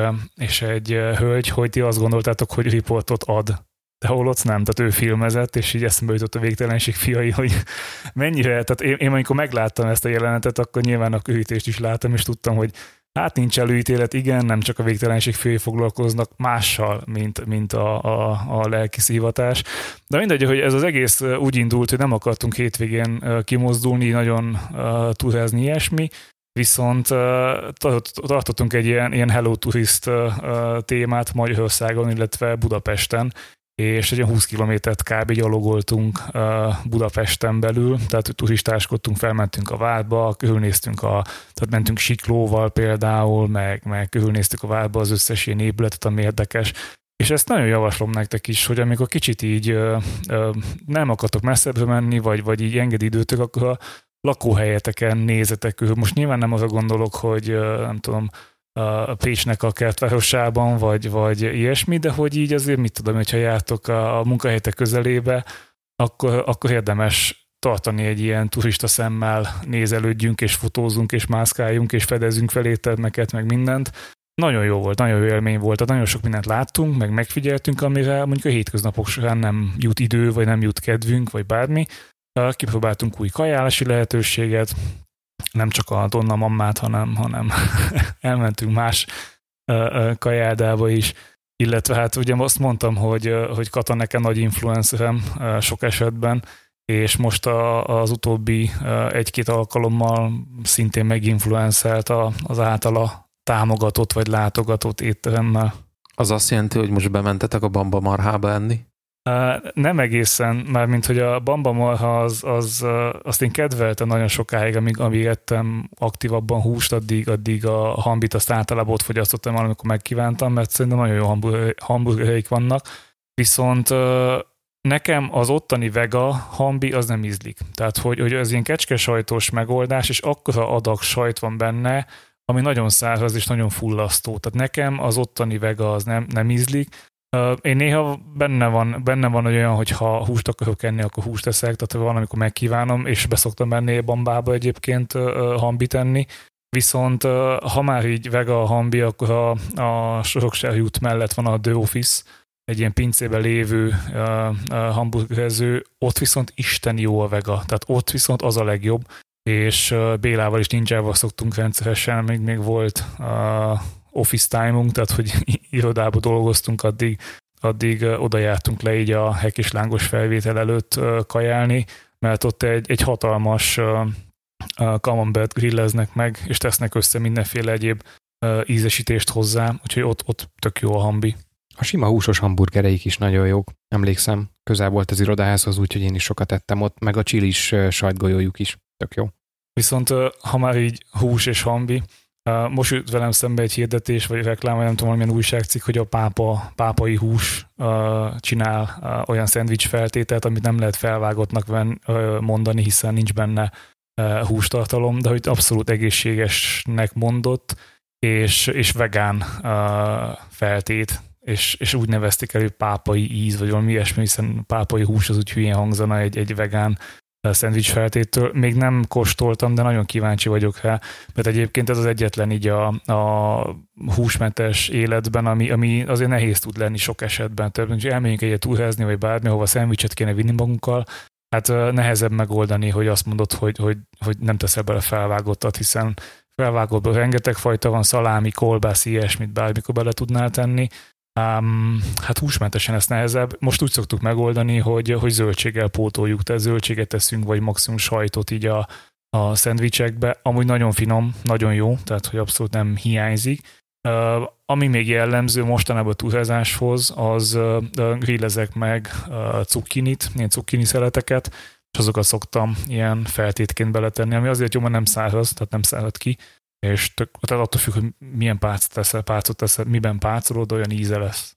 egy hölgy, hogy ti azt gondoltátok, hogy riportot ad. De holott nem, tehát ő filmezett, és így eszembe jutott a Végtelenség fiai, hogy mennyire, tehát én amikor megláttam ezt a jelenetet, akkor nyilván a körítést is láttam, és tudtam, hogy hát nincs előítélet, igen, nem csak a Végtelenség fiai foglalkoznak mással, mint a lelki szívatás. De mindegy, hogy ez az egész úgy indult, hogy nem akartunk hétvégén kimozdulni, nagyon turázni ilyesmi, viszont tartottunk egy ilyen Hello Tourist témát Magyarországon, illetve Budapesten, és egy 20 kilométert kb. Gyalogoltunk Budapesten belül, tehát turistáskodtunk, felmentünk a várba, körülnéztünk tehát mentünk siklóval például, meg körülnéztük a várba az összes ilyen épületet, ami érdekes. És ezt nagyon javaslom nektek is, hogy amikor kicsit így nem akartok messzebbre menni, vagy így engedi időtök, akkor a lakóhelyeteken nézetek körül. Most nyilván nem arra gondolok, hogy nem tudom, a Pécsnek a kertvárosában, vagy ilyesmi, de hogy így azért mit tudom, hogyha jártok a munkahelyek közelébe, akkor érdemes tartani egy ilyen turista szemmel, nézelődjünk, és fotózunk, és mászkáljunk, és fedezünk fel éttermeket, meg mindent. Nagyon jó volt, nagyon jó élmény volt, nagyon sok mindent láttunk, meg megfigyeltünk, amire mondjuk a hétköznapok során nem jut idő, vagy nem jut kedvünk, vagy bármi. Kipróbáltunk új kajálási lehetőséget, nem csak a Donna Mammát, hanem elmentünk más kajáldába is, illetve hát ugye azt mondtam, hogy Kata nekem nagy influencerem sok esetben, és most az utóbbi egy-két alkalommal szintén meginfluencelt az általa támogatott vagy látogatott étteremmel. Az azt jelenti, hogy most bementetek a Bamba marhába enni? Nem egészen, mármint hogy a Bamba marha azt én kedveltem nagyon sokáig, amíg ettem aktívabban húst, addig a hambit azt általában ott fogyasztottam, amikor megkívántam, mert szerintem nagyon jó hamburgereik vannak. Viszont nekem az ottani vega hambi az nem ízlik. Tehát, hogy ez ilyen kecskesajtos megoldás, és akkora adag sajt van benne, ami nagyon száraz és nagyon fullasztó. Tehát nekem az ottani vega az nem ízlik. Én néha benne van olyan, hogy ha húst akarok enni, akkor húst eszek, tehát van, amikor megkívánom, és beszoktam menni Bambába egyébként hambit enni. Viszont ha már így vega a hambi, akkor a Soroksári út mellett van a The Office, egy ilyen pincében lévő hamburgerező, ott viszont isteni jó a vega, tehát ott viszont az a legjobb, és Bélával és Ninjával szoktunk rendszeresen, még volt office time-unk, tehát hogy irodába dolgoztunk, addig oda jártunk le így a hek és lángos felvétel előtt kajálni, mert ott egy hatalmas camembert grilleznek meg, és tesznek össze mindenféle egyéb ízesítést hozzá, úgyhogy ott tök jó a hambi. A sima húsos hamburgereik is nagyon jók. Emlékszem, közel volt az irodához, úgyhogy én is sokat ettem ott, meg a chilis sajtgolyójuk is tök jó. Viszont ha már így hús és hambi, most jut velem szembe egy hirdetés, vagy reklám, vagy nem tudom, valamilyen újságcikk, hogy a pápai hús csinál olyan szendvics feltételt, amit nem lehet felvágottnak mondani, hiszen nincs benne hústartalom, de hogy abszolút egészségesnek mondott, és vegán feltét, és úgy nevezték el, hogy pápai íz, vagy valami ilyesmi, hiszen pápai hús az úgy hülyén hangzana egy vegán szendvics feltétől. Még nem kóstoltam, de nagyon kíváncsi vagyok rá, mert egyébként ez az egyetlen így a húsmentes életben, ami azért nehéz tud lenni sok esetben. Tehát elmegyünk egyet túrázni, vagy bármi, ahova szendvicset kéne vinni magunkkal, hát nehezebb megoldani, hogy azt mondod, hogy nem teszel bele felvágottat, hiszen felvágóban rengeteg fajta van, szalámi, kolbász, ilyesmit bármikor bele tudnál tenni. Hát húsmentesen ez nehezebb. Most úgy szoktuk megoldani, hogy zöldséggel pótoljuk, tehát zöldséget teszünk, vagy maximum sajtot így a szendvicsekbe. Amúgy nagyon finom, nagyon jó, tehát hogy abszolút nem hiányzik. Ami még jellemző mostanában a túrázáshoz, az grillezek meg cukkinit, ilyen cukkini szeleteket, és azokat szoktam ilyen feltétként beletenni, ami azért jó, mert nem száraz, tehát nem szárad ki, és tehát attól függ, hogy milyen pálcot teszel, miben pácolod, olyan íze lesz.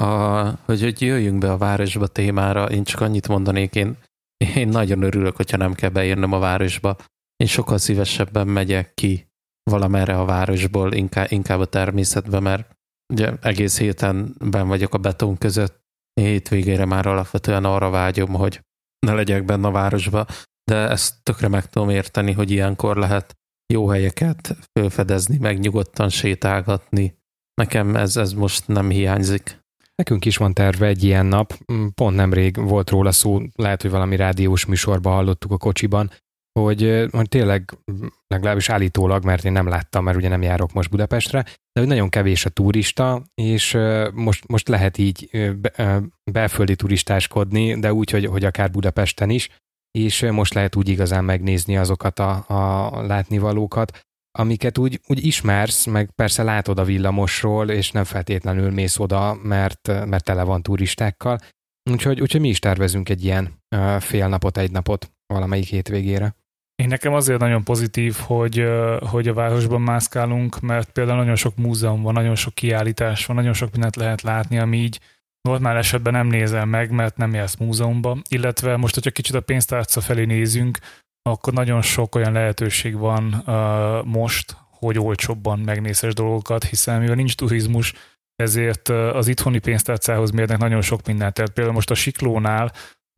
Hogy jöjjünk be a városba témára, én csak annyit mondanék, én nagyon örülök, hogyha nem kell beérnem a városba. Én sokkal szívesebben megyek ki valamerre a városból, inkább a természetbe, mert ugye egész héten benn vagyok a beton között, hétvégére már alapvetően arra vágyom, hogy ne legyek benne a városba, de ezt tökre meg tudom érteni, hogy ilyenkor lehet jó helyeket felfedezni, meg nyugodtan sétálgatni. Nekem ez most nem hiányzik. Nekünk is van terve egy ilyen nap, pont nemrég volt róla szó, lehet, hogy valami rádiós műsorban hallottuk a kocsiban, hogy tényleg legalábbis állítólag, mert én nem láttam, mert ugye nem járok most Budapestre, de hogy nagyon kevés a turista, és most lehet így belföldi turistáskodni, de úgy, hogy akár Budapesten is, és most lehet úgy igazán megnézni azokat a látnivalókat, amiket úgy ismersz, meg persze látod a villamosról, és nem feltétlenül mész oda, mert tele van turistákkal. Úgyhogy mi is tervezünk egy ilyen fél napot, egy napot valamelyik hétvégére. Én nekem azért nagyon pozitív, hogy a városban mászkálunk, mert például nagyon sok múzeum van, nagyon sok kiállítás van, nagyon sok mindent lehet látni, ami így normál esetben nem nézel meg, mert nem jársz múzeumba, illetve most, hogyha kicsit a pénztárca felé nézünk, akkor nagyon sok olyan lehetőség van most, hogy olcsóbban megnézes dolgokat, hiszen mivel nincs turizmus, ezért az itthoni pénztárcához mérnek nagyon sok mindent. Tehát például most a Siklónál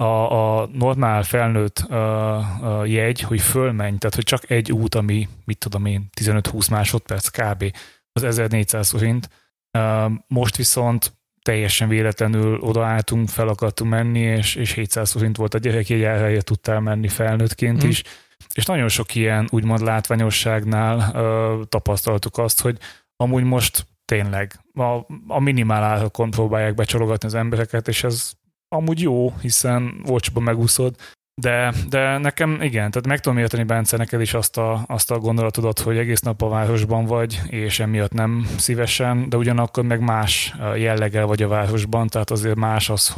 a normál felnőtt jegy, hogy fölmenj, tehát hogy csak egy út, ami, 15-20 másodperc kb. Az 1400 forint. Most viszont teljesen véletlenül odaálltunk, fel akartunk menni, és 700 forint volt a gyerekjegyárra, tudtál menni felnőttként is. És nagyon sok ilyen úgymond látványosságnál tapasztaltuk azt, hogy amúgy most tényleg a minimál árakon próbálják becsalogatni az embereket, és ez amúgy jó, hiszen olcsóban megúszod, de nekem igen, tehát meg tudom érteni, Bence, neked is azt a gondolatodat, hogy egész nap a városban vagy, és emiatt nem szívesen, de ugyanakkor meg más jelleggel vagy a városban, tehát azért más az,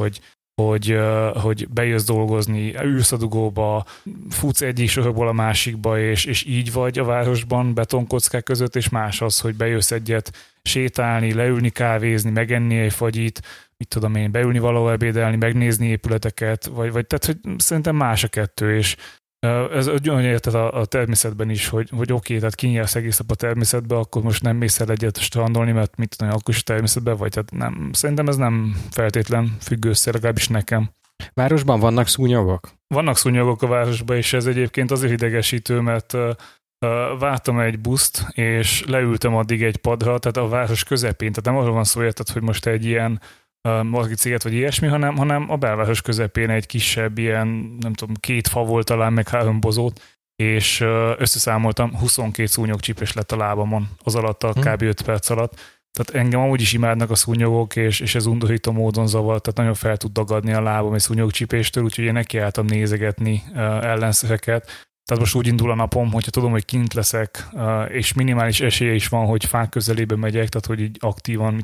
hogy bejössz dolgozni, ülsz a dugóba, futsz egyik sorokból a másikba, és így vagy a városban betonkockák között, és más az, hogy bejössz egyet sétálni, leülni, kávézni, megenni egy fagyit, beülni valahol ebédelni, megnézni épületeket, vagy tehát, hogy szerintem más a kettő, és ez olyan érted a természetben is, hogy oké, tehát kinyersz egész nap a természetbe, akkor most nem mész el egyet strandolni, mert akkor is természetben vagy, tehát nem, szerintem ez nem feltétlen függ össze, legalábbis nekem. Városban vannak szúnyogok? Vannak szúnyogok a városban, és ez egyébként azért idegesítő, mert vártam egy buszt, és leültem addig egy padra, tehát a város közepén, tehát nem arról van szó, érted, hogy most egy ilyen margiciget vagy ilyesmi, hanem a belváros közepén egy kisebb ilyen, nem tudom, 2 fa volt talán, meg 3 bozót, és összeszámoltam, 22 szúnyogcsípés lett a lábamon az alatt a kb. 5 perc alatt. Tehát engem amúgy is imádnak a szúnyogok, és ez undorító módon zavar, tehát nagyon fel tud dagadni a lábam egy szúnyogcsípéstől, úgyhogy én nekiálltam nézegetni ellenszereket. Tehát most úgy indul a napom, hogyha tudom, hogy kint leszek, és minimális esélye is van, hogy fák közelébe megyek, tehát hogy így aktívan,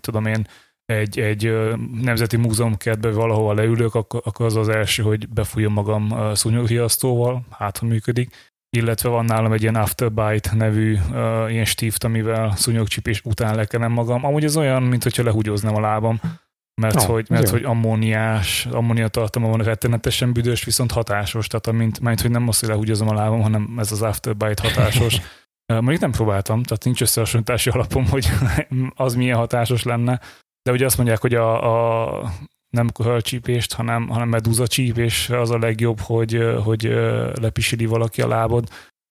egy nemzeti múzeumkertbe valahova leülök, akkor az első, hogy befújom magam szúnyogriasztóval, hát ha működik, illetve van nálam egy ilyen Afterbite nevű ilyen stift, amivel szúnyogcsípés után lekenem magam. Amúgy ez olyan, mint hogyha lehúgyoznám a lábam, mert hogy ammóniatartalma van, rettenetesen büdös, viszont hatásos, tehát hogy nem azt, hogy lehúgyozom a lábam, hanem ez az Afterbite hatásos. Mondjuk nem próbáltam, tehát nincs összehasonlítási alapom, hogy az milyen hatásos lenne, de ugye azt mondják, hogy a nem kuhölcsípést, hanem medúzacsípés az a legjobb, hogy lepisili valaki a lábod.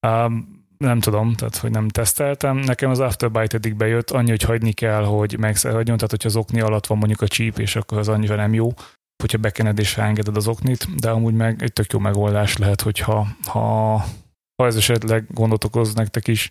Nem tudom, tehát hogy nem teszteltem. Nekem az Afterbite eddig bejött, annyi, hogy hagyni kell, hogy megszerhadjon, tehát hogyha az okni alatt van mondjuk a csípés, akkor az annyira nem jó, hogyha bekened és ráengeded az oknit, de amúgy meg egy tök jó megoldás lehet, hogyha ez esetleg gondot okoz nektek is.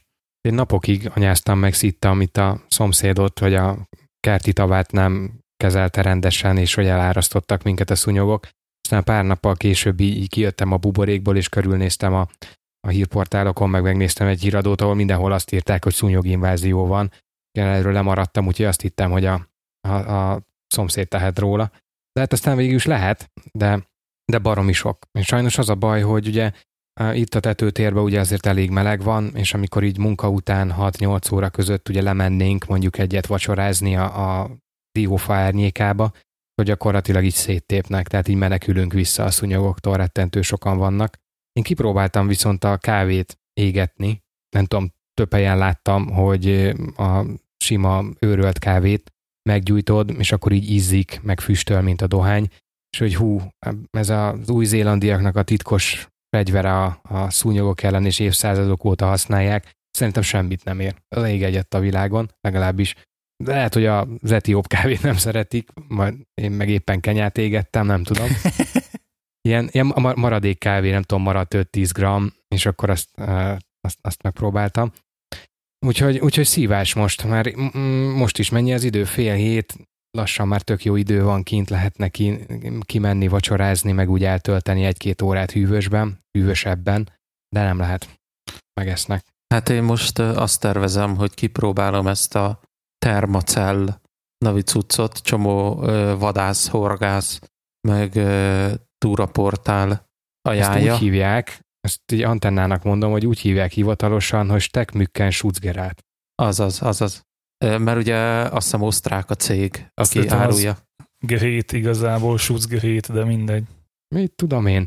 Én napokig anyáztam meg, szittam itt a szomszédot, hogy a kerti tavát nem kezelte rendesen, és hogy elárasztottak minket a szúnyogok. Aztán pár nappal később így kijöttem a buborékból, és körülnéztem a hírportálokon, megnéztem egy híradót, ahol mindenhol azt írták, hogy szúnyoginvázió van. Én erről lemaradtam, úgyhogy azt hittem, hogy a szomszéd tehet róla. De hát aztán végül is lehet, de baromi sok. És sajnos az a baj, hogy ugye itt a tetőtérben ugye azért elég meleg van, és amikor így munka után 6-8 óra között ugye lemennénk mondjuk egyet vacsorázni a diófa árnyékába, hogy gyakorlatilag így széttépnek, tehát így menekülünk vissza a szúnyogoktól, rettentő sokan vannak. Én kipróbáltam viszont a kávét égetni, nem tudom, több helyen láttam, hogy a sima őrölt kávét meggyújtod, és akkor így izzik, meg füstöl, mint a dohány, és hogy ez az új-zélandiaknak a titkos fegyvere a szúnyogok ellen, és évszázadok óta használják, szerintem semmit nem ér. Az ég egyet a világon, legalábbis. De lehet, hogy az etióp kávét nem szeretik, majd én meg éppen kenyát égettem, nem tudom. Ilyen maradék kávé, nem tudom, maradt 5-10 gram, és akkor azt megpróbáltam. Úgyhogy szívás most, már most is mennyi az idő, 6:30, lassan már tök jó idő van kint, lehetne kimenni, vacsorázni, meg úgy eltölteni 1-2 órát hűvösebben, de nem lehet, megesznek. Hát én most azt tervezem, hogy kipróbálom ezt a Thermacell nevű cuccot, csomó vadász, horgász, meg túraportál ajánlja. Ezt úgy hívják, ezt így antennának mondom, hogy úgy hívják hivatalosan, hogy Steckmücken Schutzgerät. Azaz. Mert ugye azt hiszem osztrák a cég, aki árulja. Gerét igazából, Schutzgerät, de mindegy. Mit tudom én?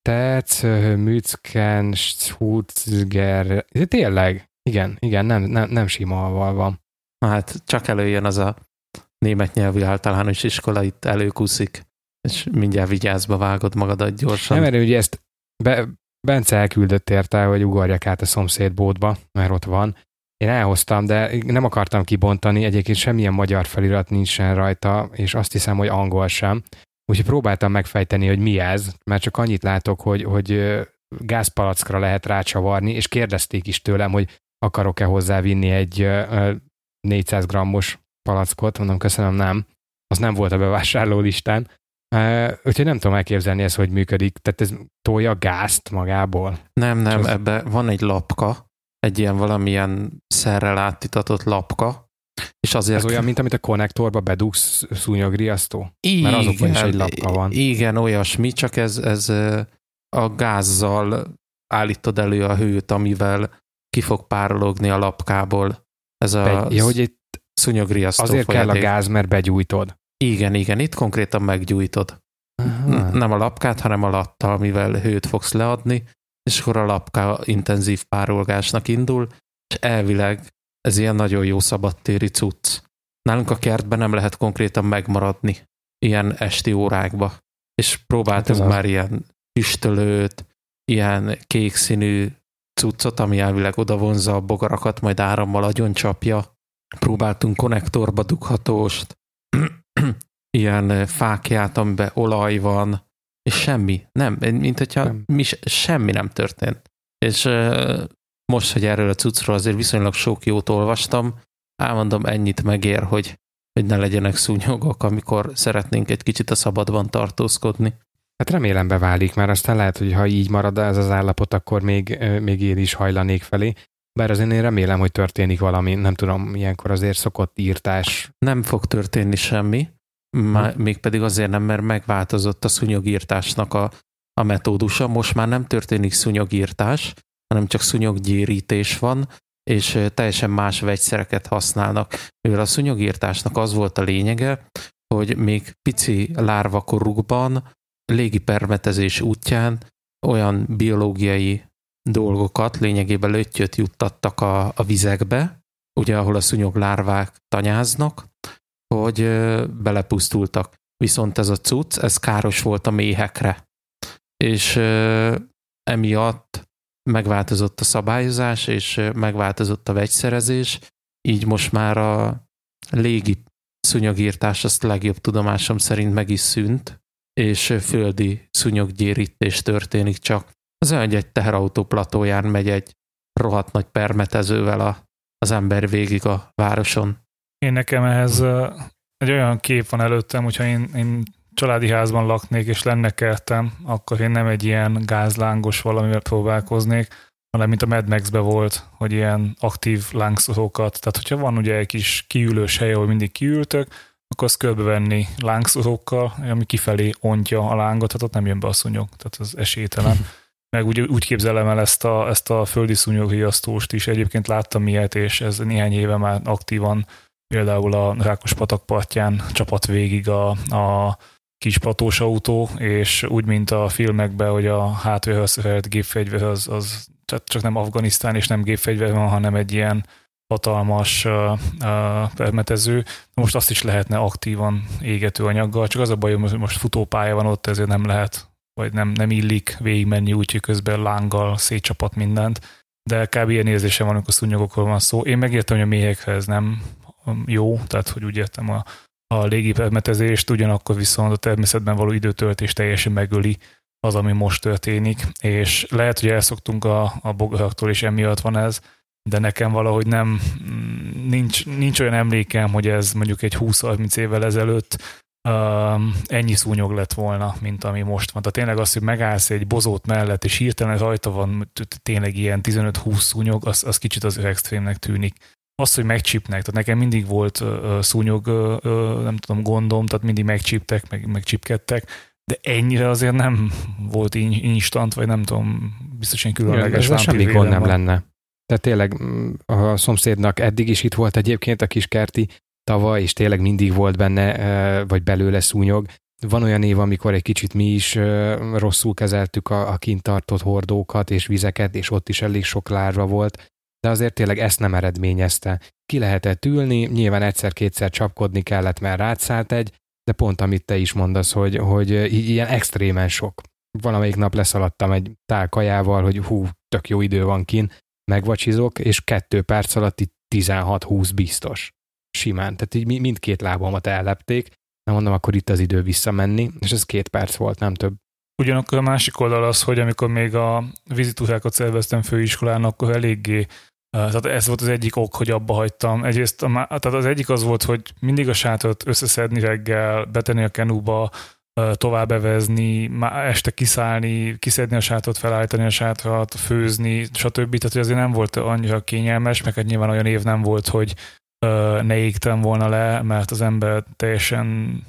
Mücken Schutzger. Tényleg? Igen, nem sima aval van. Hát csak előjön az a német nyelvű általános iskola, itt előkuszik, és mindjárt vigyázba vágod magadat gyorsan. Nem, mert ugye ezt Bence elküldött érte, hogy ugorjak át a szomszéd bódba, mert ott van. Én elhoztam, de nem akartam kibontani, egyébként semmilyen magyar felirat nincsen rajta, és azt hiszem, hogy angol sem. Úgyhogy próbáltam megfejteni, hogy mi ez, mert csak annyit látok, hogy gázpalackra lehet rácsavarni, és kérdezték is tőlem, hogy akarok-e hozzávinni egy 400 grammos palackot, mondom, köszönöm, nem. Az nem volt a bevásárló listán. Úgyhogy nem tudom elképzelni ezt, hogy működik. Tehát ez tolja gázt magából? Nem, ebben van egy lapka, egy ilyen valamilyen szerrel átitatott lapka, és azért... Ez olyan, mint amit a konnektorba bedugsz szúnyogriasztó? Mert azokban is egy lapka van. Igen, olyasmi, csak ez a gázzal állítod elő a hőt, amivel ki fog párologni a lapkából. Ez a szúnyogriasztó azért folyadék. kell a gáz, mert begyújtod. Igen, itt konkrétan meggyújtod. Nem a lapkát, hanem a lattal, amivel hőt fogsz leadni, és akkor a lapka intenzív párolgásnak indul, és elvileg ez ilyen nagyon jó szabadtéri cucc. Nálunk a kertben nem lehet konkrétan megmaradni ilyen esti órákba. És próbáltunk már ilyen füstölőt, ilyen kék színű cuccot, ami elvileg odavonza a bogarakat, majd árammal agyoncsapja. Próbáltunk konnektorba dughatóst, ilyen fákját, amiben olaj van, és semmi. Nem, mint hogyha semmi nem történt. És most, hogy erről a cuccról azért viszonylag sok jót olvastam, elmondom, ennyit megér, hogy ne legyenek szúnyogok, amikor szeretnénk egy kicsit a szabadban tartózkodni. Hát remélem beválik, mert aztán lehet, hogy ha így marad ez az állapot, akkor még én is hajlanék felé. Bár azért én remélem, hogy történik valami, nem tudom, ilyenkor azért szokott írtás. Nem fog történni semmi, mégpedig azért nem, mert megváltozott a szúnyogírtásnak a metódusa. Most már nem történik szúnyogírtás, hanem csak szúnyoggyérítés van, és teljesen más vegyszereket használnak. Mivel a szúnyogírtásnak az volt a lényege, hogy még pici lárvakorukban légipermetezés útján olyan biológiai dolgokat, lényegében löttyöt juttattak a vizekbe, ugye ahol a szúnyoglárvák tanyáznak, hogy belepusztultak. Viszont ez a cucc, ez káros volt a méhekre. És emiatt megváltozott a szabályozás, és megváltozott a vegyszerezés, így most már a légi szúnyogírtás azt legjobb tudomásom szerint meg is szűnt, és földi szúnyoggyérítés történik csak. Az olyan, hogy egy teherautó platóján megy egy rohadt nagy permetezővel az ember végig a városon. Én nekem ehhez egy olyan kép van előttem, hogyha én családi házban laknék, és lenne kertem, akkor én nem egy ilyen gázlángos valamivel próbálkoznék, hanem mint a Mad Max-be volt, hogy ilyen aktív lángszórókat, tehát hogyha van ugye egy kis kiülős hely, ahol mindig kiültök, akkor azt körbevenni lángszórókkal, ami kifelé ontja a lángot, tehát ott nem jön be a szúnyog, tehát az esélytelen. Meg úgy képzelem el ezt a földi szúnyogriasztóst is, egyébként láttam ilyet, és ez néhány éve már aktívan például a Rákospatak partján csapat végig a kis platós autó, és úgy, mint a filmekben, hogy a hátrahoz szerelt gépfegyver az csak nem Afganisztán és nem gépfegyver van, hanem egy ilyen hatalmas permetező. Most azt is lehetne aktívan égető anyaggal, csak az a baj, hogy most futópálya van ott, ezért nem lehet, vagy nem illik végigmenni úgy, hogy közben lánggal szétcsapat mindent. De kb. Ilyen érzésem van, amikor szúnyogokról van szó. Én megértem, hogy a méhekre ez nem jó, tehát hogy úgy értem a légi permetezést, ugyanakkor viszont a természetben való időtöltés teljesen megöli az, ami most történik, és lehet, hogy elszoktunk a bogaraktól, és emiatt van ez, de nekem valahogy nincs olyan emlékem, hogy ez mondjuk egy 20-30 évvel ezelőtt ennyi szúnyog lett volna, mint ami most van. Tehát tényleg az, hogy megállsz egy bozót mellett, és hirtelen rajta van tényleg ilyen 15-20 szúnyog, az kicsit az extrémnek tűnik. Az, hogy megcsípnek, tehát nekem mindig volt szúnyog, nem tudom, gondom, tehát mindig megcsíptek, megcsípkedtek, de ennyire azért nem volt instant, vagy nem tudom, biztosan különleges vámpírvédelem. Semmi gond nem lenne. Tehát tényleg a szomszédnak eddig is itt volt egyébként a kiskerti tava, és tényleg mindig volt benne, vagy belőle szúnyog. Van olyan év, amikor egy kicsit mi is rosszul kezeltük a kint tartott hordókat és vizeket, és ott is elég sok lárva volt, de azért tényleg ezt nem eredményezte. Ki lehetett ülni, nyilván egyszer-kétszer csapkodni kellett, mert rátszállt egy, de pont amit te is mondasz, hogy ilyen extrémen sok. Valamelyik nap leszaladtam egy tál kajával, hogy tök jó idő van kin, megvacsizok, és 2 perc alatt itt 16-20 biztos. Simán. Tehát így mindkét lábamat ellepték. Nem mondom, akkor itt az idő visszamenni, és ez 2 perc volt, nem több. Ugyanakkor a másik oldal az, hogy amikor még a vizitúrákat szerveztem főiskolán, akkor eléggé, tehát ez volt az egyik ok, hogy abba hagytam. Egyrészt tehát az egyik az volt, hogy mindig a sátrat összeszedni reggel, betenni a kenúba, tovább evezni, este kiszállni, kiszedni a sátrat, felállítani a sátrat, főzni, stb. Tehát azért nem volt annyira kényelmes, meg hát nyilván olyan év nem volt, hogy ne égtem volna le, mert az ember teljesen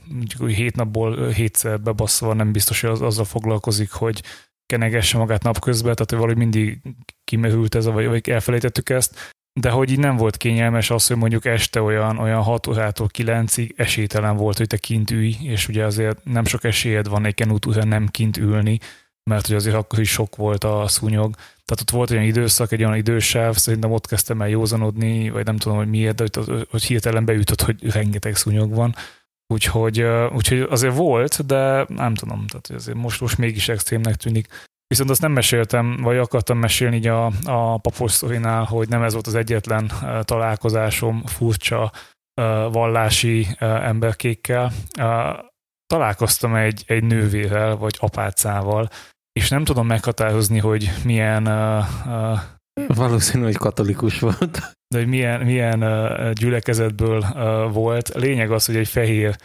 7 napból 7-szer bebasszva nem biztos, hogy azzal foglalkozik, hogy kenegesse magát napközben, tehát hogy valahogy mindig kimerült ez, vagy elfelejtettük ezt, de hogy így nem volt kényelmes az, hogy mondjuk este olyan 6 órától 9-ig esélytelen volt, hogy te kint ülj, és ugye azért nem sok esélyed van egy kenútúrán nem kint ülni, mert hogy azért akkor is sok volt a szúnyog. Tehát ott volt olyan időszak, egy olyan idősáv, szerintem ott kezdtem el józanodni, vagy nem tudom, hogy miért, de hogy hirtelen beütött, hogy rengeteg szúnyog van. Úgyhogy azért volt, de nem tudom, tehát azért most mégis extrémnek tűnik. Viszont azt nem meséltem, vagy akartam mesélni így a papos sztorinál, hogy nem ez volt az egyetlen találkozásom furcsa vallási emberkékkel. Találkoztam egy nővérrel, vagy apácával, és nem tudom meghatározni, hogy milyen... Valószínű, hogy katolikus volt. De hogy milyen gyülekezetből volt. Lényeg az, hogy egy fehér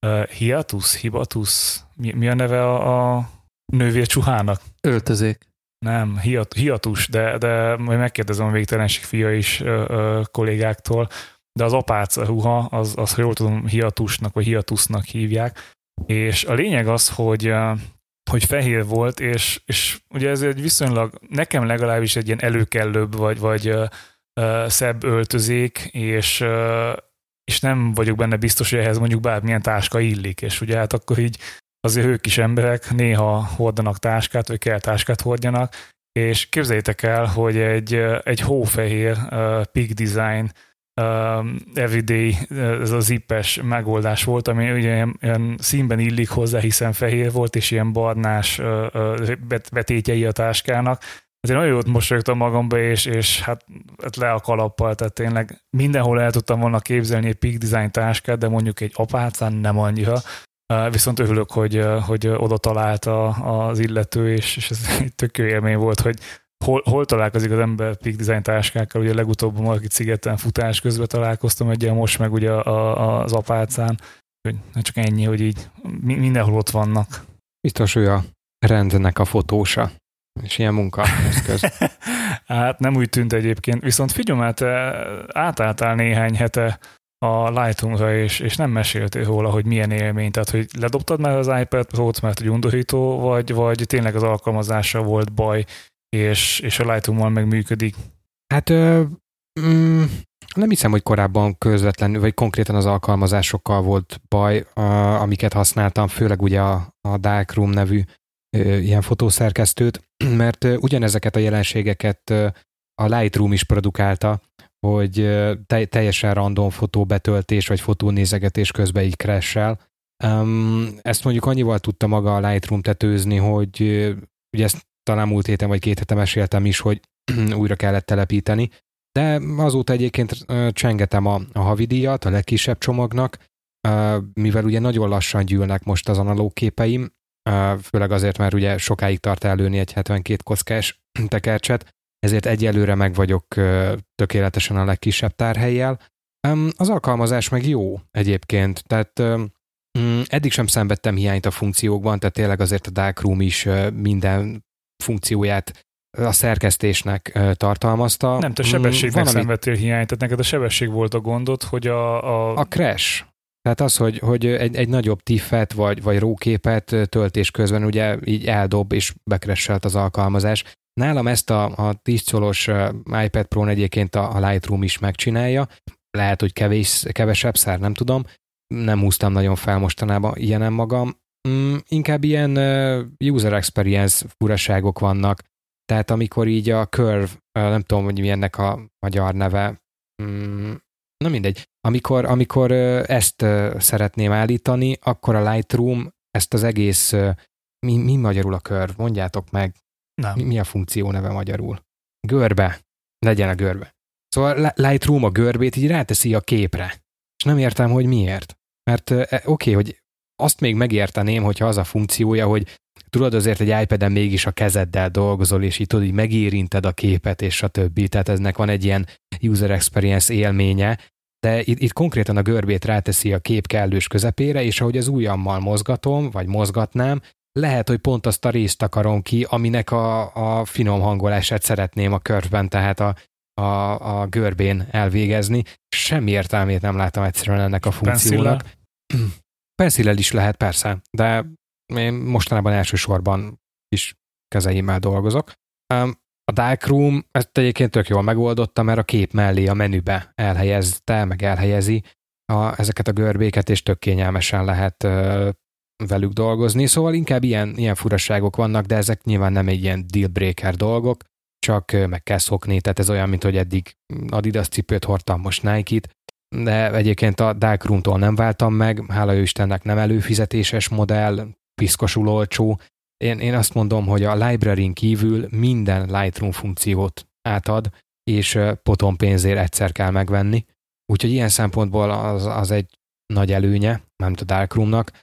hiatus, mi a neve a nővér csuhának? Öltözék. Nem, hiatus, de majd megkérdezem a végtelenség fia is kollégáktól, de az apáca ruha, az ha jól tudom, hiatusnak vagy hiatusznak hívják, és a lényeg az, hogy fehér volt, és ugye ez egy viszonylag, nekem legalábbis egy ilyen előkellőbb, vagy szebb öltözék, és nem vagyok benne biztos, hogy ehhez mondjuk bármilyen táska illik, és ugye hát akkor így azért ők is emberek, néha hordanak táskát, vagy kell táskát hordjanak, és képzeljétek el, hogy egy hófehér Peak Design everyday, ez a zippes megoldás volt, ami ugye ilyen színben illik hozzá, hiszen fehér volt, és ilyen barnás betétjei a táskának. Hát én nagyon jót mosolyogtam magamba, és hát le a kalappal, tehát tényleg mindenhol el tudtam volna képzelni egy Peak Design táskát, de mondjuk egy apácán nem annyira. Viszont örülök, hogy oda talált az illető, és ez egy tök jó élmény volt, hogy hol találkozik az ember peak design táskákkal, ugye legutóbb a Margit szigeten futás közben találkoztam egyen, most meg ugye az Apácán, hogy csak ennyi, hogy így mindenhol ott vannak. Biztos ő a rendnek a fotósa, és ilyen munkaeszköz. Hát nem úgy tűnt egyébként, viszont figyelj, mert átálltál néhány hete a Lightroom-ra, és nem meséltél róla, hogy milyen élmény, tehát hogy ledobtad már az iPad Pro-t, mert hogy undorító, vagy tényleg az alkalmazással volt baj, és a Lightroom-mal meg működik? Hát nem hiszem, hogy korábban közvetlenül, vagy konkrétan az alkalmazásokkal volt baj, amiket használtam, főleg ugye a Darkroom nevű ilyen fotószerkesztőt, mert ugyanezeket a jelenségeket a Lightroom is produkálta, hogy teljesen random fotóbetöltés, vagy fotónézegetés közben így crash-el. Ezt mondjuk annyival tudta maga a Lightroom tetőzni, hogy ugye ezt talán múlt héten vagy 2 hete meséltem is, hogy újra kellett telepíteni, de azóta egyébként csengetem a havidíjat, a legkisebb csomagnak, mivel ugye nagyon lassan gyűlnek most az analóg képeim, főleg azért, mert ugye sokáig tart előni egy 72 kockás tekercset, ezért egyelőre meg vagyok tökéletesen a legkisebb tárhellyel. Az alkalmazás meg jó egyébként, tehát eddig sem szenvedtem hiányt a funkciókban, tehát tényleg azért a Darkroom is minden funkcióját a szerkesztésnek tartalmazta. Nem, te sebességnek szenvedtél hiányt, tehát neked a sebesség volt a gondod, hogy a crash. Tehát az, hogy egy nagyobb tiffet vagy róképet töltés közben ugye így eldob és bekresselt az alkalmazás. Nálam ezt a 10 colos iPad Pro-n egyébként a Lightroom is megcsinálja. Lehet, hogy kevesebb szár, nem tudom. Nem húztam nagyon fel mostanában ilyenem magam. Inkább ilyen user experience furaságok vannak. Tehát amikor így a Curve, nem tudom, hogy mi ennek a magyar neve, na mindegy. Amikor ezt szeretném állítani, akkor a Lightroom ezt az egész, mi magyarul a Curve? Mondjátok meg. Mi a funkció neve magyarul? Görbe. Legyen a görbe. Szóval Lightroom a görbét így ráteszi a képre. És nem értem, hogy miért. Mert oké, hogy azt még megérteném, hogyha az a funkciója, hogy tudod, azért egy iPad-en mégis a kezeddel dolgozol, és így tudod, így megérinted a képet, és a többi. Tehát eznek van egy ilyen user experience élménye, de itt konkrétan a görbét ráteszi a kép kellős közepére, és ahogy az ujjammal mozgatom, vagy mozgatnám, lehet, hogy pont azt a részt akarom ki, aminek a finom hangolását szeretném a Curve-ben, tehát a görbén elvégezni. Semmi értelmét nem látom egyszerűen ennek a funkciónak. Pencillel is lehet, persze, de én mostanában elsősorban is kezeimmel dolgozok. A Darkroom ezt egyébként tök jól megoldotta, mert a kép mellé a menübe elhelyezte, meg elhelyezi ezeket a görbéket, és tök kényelmesen lehet velük dolgozni. Szóval inkább ilyen furaságok vannak, de ezek nyilván nem egy ilyen deal breaker dolgok, csak meg kell szokni, tehát ez olyan, mint hogy eddig Adidas cipőt hordtam, most Nike-t, de egyébként a Darkroom-tól nem váltam meg, hála jó Istennek nem előfizetéses modell, piszkosul olcsó. Én azt mondom, hogy a library-n kívül minden Lightroom funkciót átad, és potom pénzért egyszer kell megvenni. Úgyhogy ilyen szempontból az egy nagy előnye, mármint a Darkroomnak.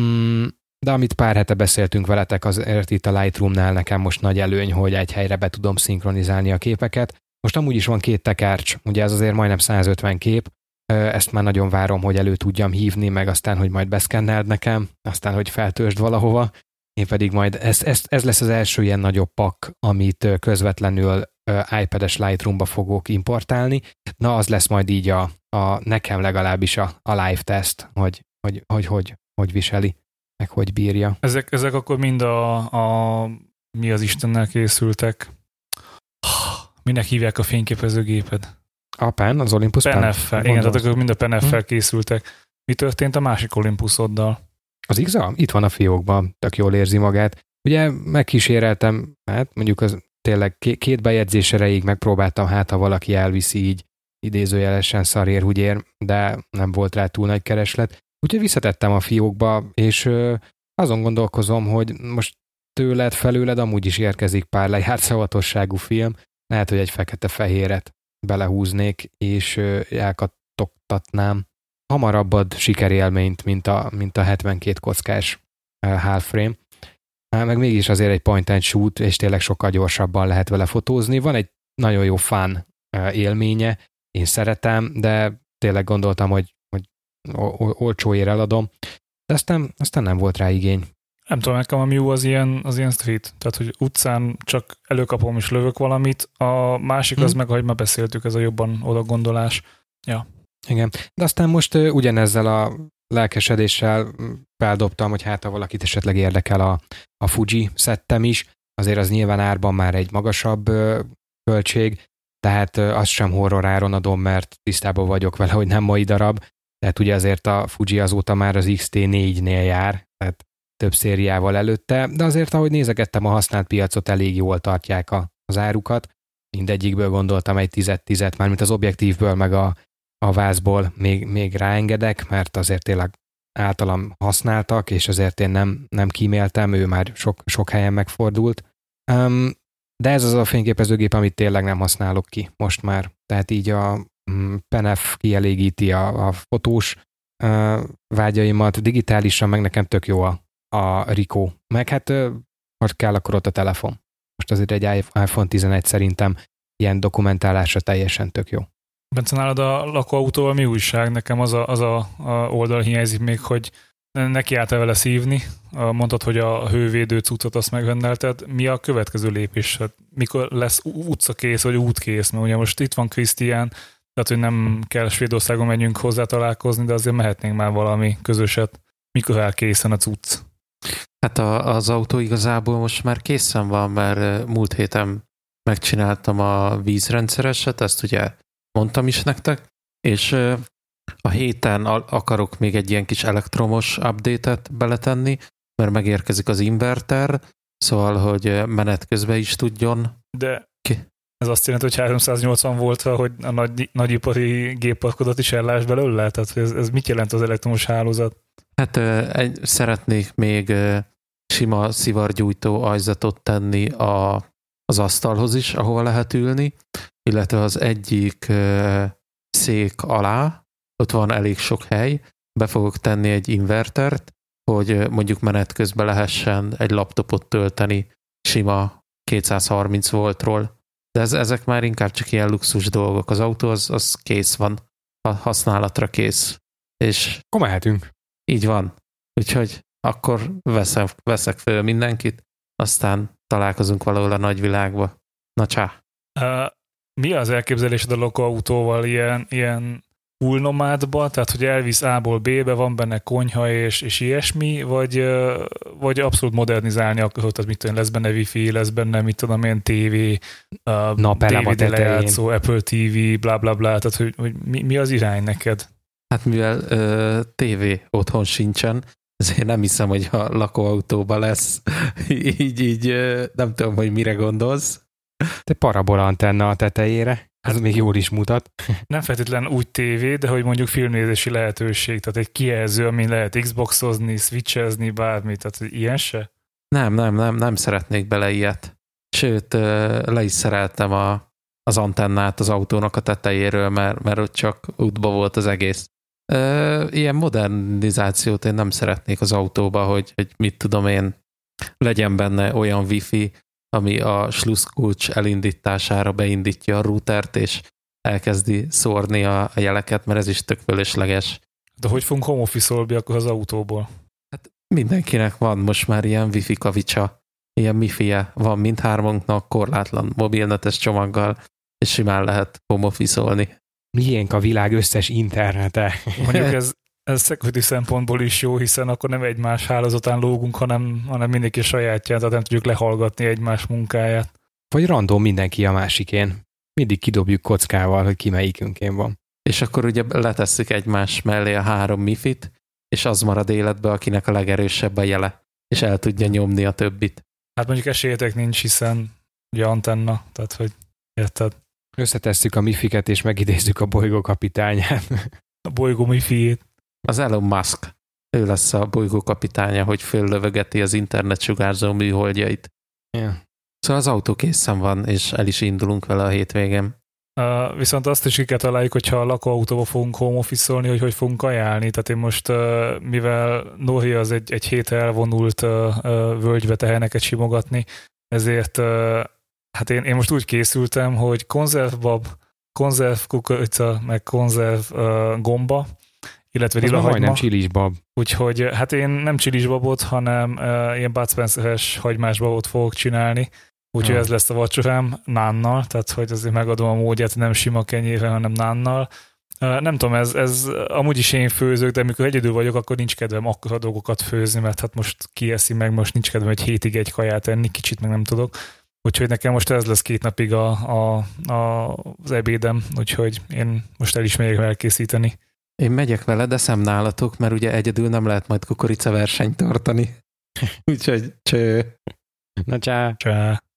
De amit pár hete beszéltünk veletek, azért itt a Lightroomnál nekem most nagy előny, hogy egy helyre be tudom szinkronizálni a képeket. Most amúgy is van 2 tekercs, ugye ez azért majdnem 150 kép, ezt már nagyon várom, hogy elő tudjam hívni, meg aztán, hogy majd beszkenneld nekem, aztán, hogy feltöltsd valahova. Én pedig majd ez lesz az első ilyen nagyobb pak, amit közvetlenül iPad-es Lightroomba fogok importálni. Na, az lesz majd így a nekem legalábbis a live test, hogy viseli, meg hogy bírja. Ezek akkor mind mi az Istennel készültek? Minek hívják a fényképezőgéped? A Pen, az Olympus Pen? Igen, tehát akkor mind a Pen-F-fel készültek. Mi történt a másik Olympusoddal? Az XA? Itt van a fiókban, tök jól érzi magát. Ugye megkíséreltem, hát mondjuk az tényleg 2 bejegyzés erejéig megpróbáltam, hát ha valaki elviszi így idézőjelesen szarér, úgy ér, de nem volt rá túl nagy kereslet. Úgyhogy visszatettem a fiókba, és azon gondolkozom, hogy most tőled, felőled amúgy is érkezik pár lejárt szavatosságú film, lehet, hogy egy fekete-fehéret belehúznék, és elkattogtatnám. Hamarabb ad sikerélményt, mint a 72 kockás half frame. meg mégis azért egy point and shoot, és tényleg sokkal gyorsabban lehet vele fotózni. Van egy nagyon jó fun élménye, én szeretem, de tényleg gondoltam, hogy olcsóért eladom, de aztán nem volt rá igény. Nem tudom, nekem ami jó az ilyen street, tehát hogy utcán csak előkapom és lövök valamit, a másik az meg, ahogy már beszéltük, ez a jobban oda gondolás. Ja. Igen, de aztán most ugyanezzel a lelkesedéssel feldobtam, hogy hát ha valakit esetleg érdekel a Fuji szettem is, azért az nyilván árban már egy magasabb költség, tehát azt sem horroráron adom, mert tisztában vagyok vele, hogy nem mai darab, tehát ugye azért a Fuji azóta már az XT4-nél jár, tehát több szériával előtte, de azért ahogy nézegettem a használt piacot, elég jól tartják az árukat. Mindegyikből gondoltam egy 10-10, mármint az objektívből meg a vázból még ráengedek, mert azért tényleg általam használtak, és azért én nem kíméltem, ő már sok helyen megfordult. De ez az a fényképezőgép, amit tényleg nem használok ki most már. Tehát így a PNF kielégíti a fotós vágyaimat, digitálisan meg nekem tök jó a Ricoh. Meg hát ha kell, akkor ott a telefon. Most azért egy iPhone 11 szerintem ilyen dokumentálásra teljesen tök jó. Bence, nálad a lakóautóval mi újság? Nekem az a oldal hiányzik még, hogy neki állt vele szívni. Mondtad, hogy a hővédő cuccot azt megrendelted. Mi a következő lépés? Hát mikor lesz utcakész, vagy útkész? Mert ugye most itt van Krisztián, tehát hogy nem kell Svédországon menjünk hozzá találkozni, de azért mehetnénk már valami közöset. Mikor áll készen a cucc? Hát az autó igazából most már készen van, mert múlt héten megcsináltam a vízrendszereset, ezt ugye mondtam is nektek, és a héten akarok még egy ilyen kis elektromos update-et beletenni, mert megérkezik az inverter, szóval, hogy menet közben is tudjon. De ez azt jelenti, hogy 380 voltra, hogy a nagyipari gépparkodat is ellás belőle? Tehát ez mit jelent az elektromos hálózat? Hát szeretnék még sima szivargyújtó ajzatot tenni az asztalhoz is, ahova lehet ülni, illetve az egyik szék alá, ott van elég sok hely, be fogok tenni egy invertert, hogy mondjuk menet közben lehessen egy laptopot tölteni sima 230 voltról. De ezek már inkább csak ilyen luxus dolgok. Az autó az kész van, használatra kész. És akkor mehetünk. Így van. Úgyhogy akkor veszek föl mindenkit, aztán találkozunk valahol a nagyvilágba. Na csá! Mi az elképzelésed a lakóautóval ilyen full nomádba, tehát hogy elvisz A-ból B-be, van benne konyha és ilyesmi, vagy abszolút modernizálni akarod, tehát mit tudom, lesz benne wifi, lesz benne, mit tudom én, TV, DVD lejátszó, Apple TV, bla bla bla, tehát hogy mi az irány neked? Hát mivel TV otthon sincsen, ezért nem hiszem, hogy a lakóautóban lesz. így nem tudom, hogy mire gondolsz. Te parabola antenna a tetejére, ez még jól is mutat. Nem feltétlen úgy tévé, de hogy mondjuk filmnézési lehetőség, tehát egy kijelző, amin lehet Xboxozni, switchezni, bármit, tehát ilyen se? Nem szeretnék bele ilyet. Sőt, le is szereltem az antennát az autónak a tetejéről, mert ott csak útba volt az egész. Ilyen modernizációt én nem szeretnék az autóba, hogy mit tudom én, legyen benne olyan wifi, ami a slusszkulcs elindítására beindítja a routert, és elkezdi szórni a jeleket, mert ez is tök fölösleges. De hogy fogunk home office-olni akkor az autóból? Hát mindenkinek van most már ilyen wifi kavicsa, ilyen mifije van mindhármunknak, korlátlan mobilnetes csomaggal, és simán lehet home office-olni. Miénk a világ összes internete. Mondjuk ez security szempontból is jó, hiszen akkor nem egymás hálózatán lógunk, hanem mindenki sajátját, tehát nem tudjuk lehallgatni egymás munkáját. Vagy random mindenki a másikén. Mindig kidobjuk kockával, hogy ki melyikünkén van. És akkor ugye letesszük egymás mellé a 3 mifit, és az marad életbe, akinek a legerősebb a jele, és el tudja nyomni a többit. Hát mondjuk esélyetek nincs, hiszen ugye antenna, tehát hogy érted. Összetesszük a mifiket, és megidézzük a bolygó kapitányát. A bolygó mifijét. Az Elon Musk. Ő lesz a bolygó kapitánya, hogy föllövögeti az internet sugárzó műholdjait. Yeah. Szóval az autó készen van, és el is indulunk vele a hétvégén. Viszont azt is ki kell találjuk, hogyha a lakóautóba fogunk home office-olni, hogy fogunk kajálni. Tehát én most, mivel Nohi az egy hétre elvonult völgybe teheneket simogatni, ezért hát én most úgy készültem, hogy konzervbab, konzerv kukorica, meg konzerv gomba, illetve lilahagyma. Majdnem csilisbab. Úgyhogy hát én nem csilisbabot, hanem ilyen Bud Spencer-es hagymás babot fogok csinálni. Úgyhogy ez lesz a vacsorám nánnal, tehát hogy azért megadom a módját, nem sima kenyérrel, hanem nánnal. Nem tudom, ez amúgy is én főzök, de amikor egyedül vagyok, akkor nincs kedvem akkora dolgokat főzni, mert hát most kieszi meg, most nincs kedvem egy hétig egy kaját enni, kicsit meg nem tudok. Úgyhogy nekem most ez lesz 2 napig az ebédem, úgyhogy én most el is megyek elkészíteni. Én megyek veled, eszem nálatok, mert ugye egyedül nem lehet majd kukoricaversenyt tartani. Úgyhogy cső. Na csá. Csá.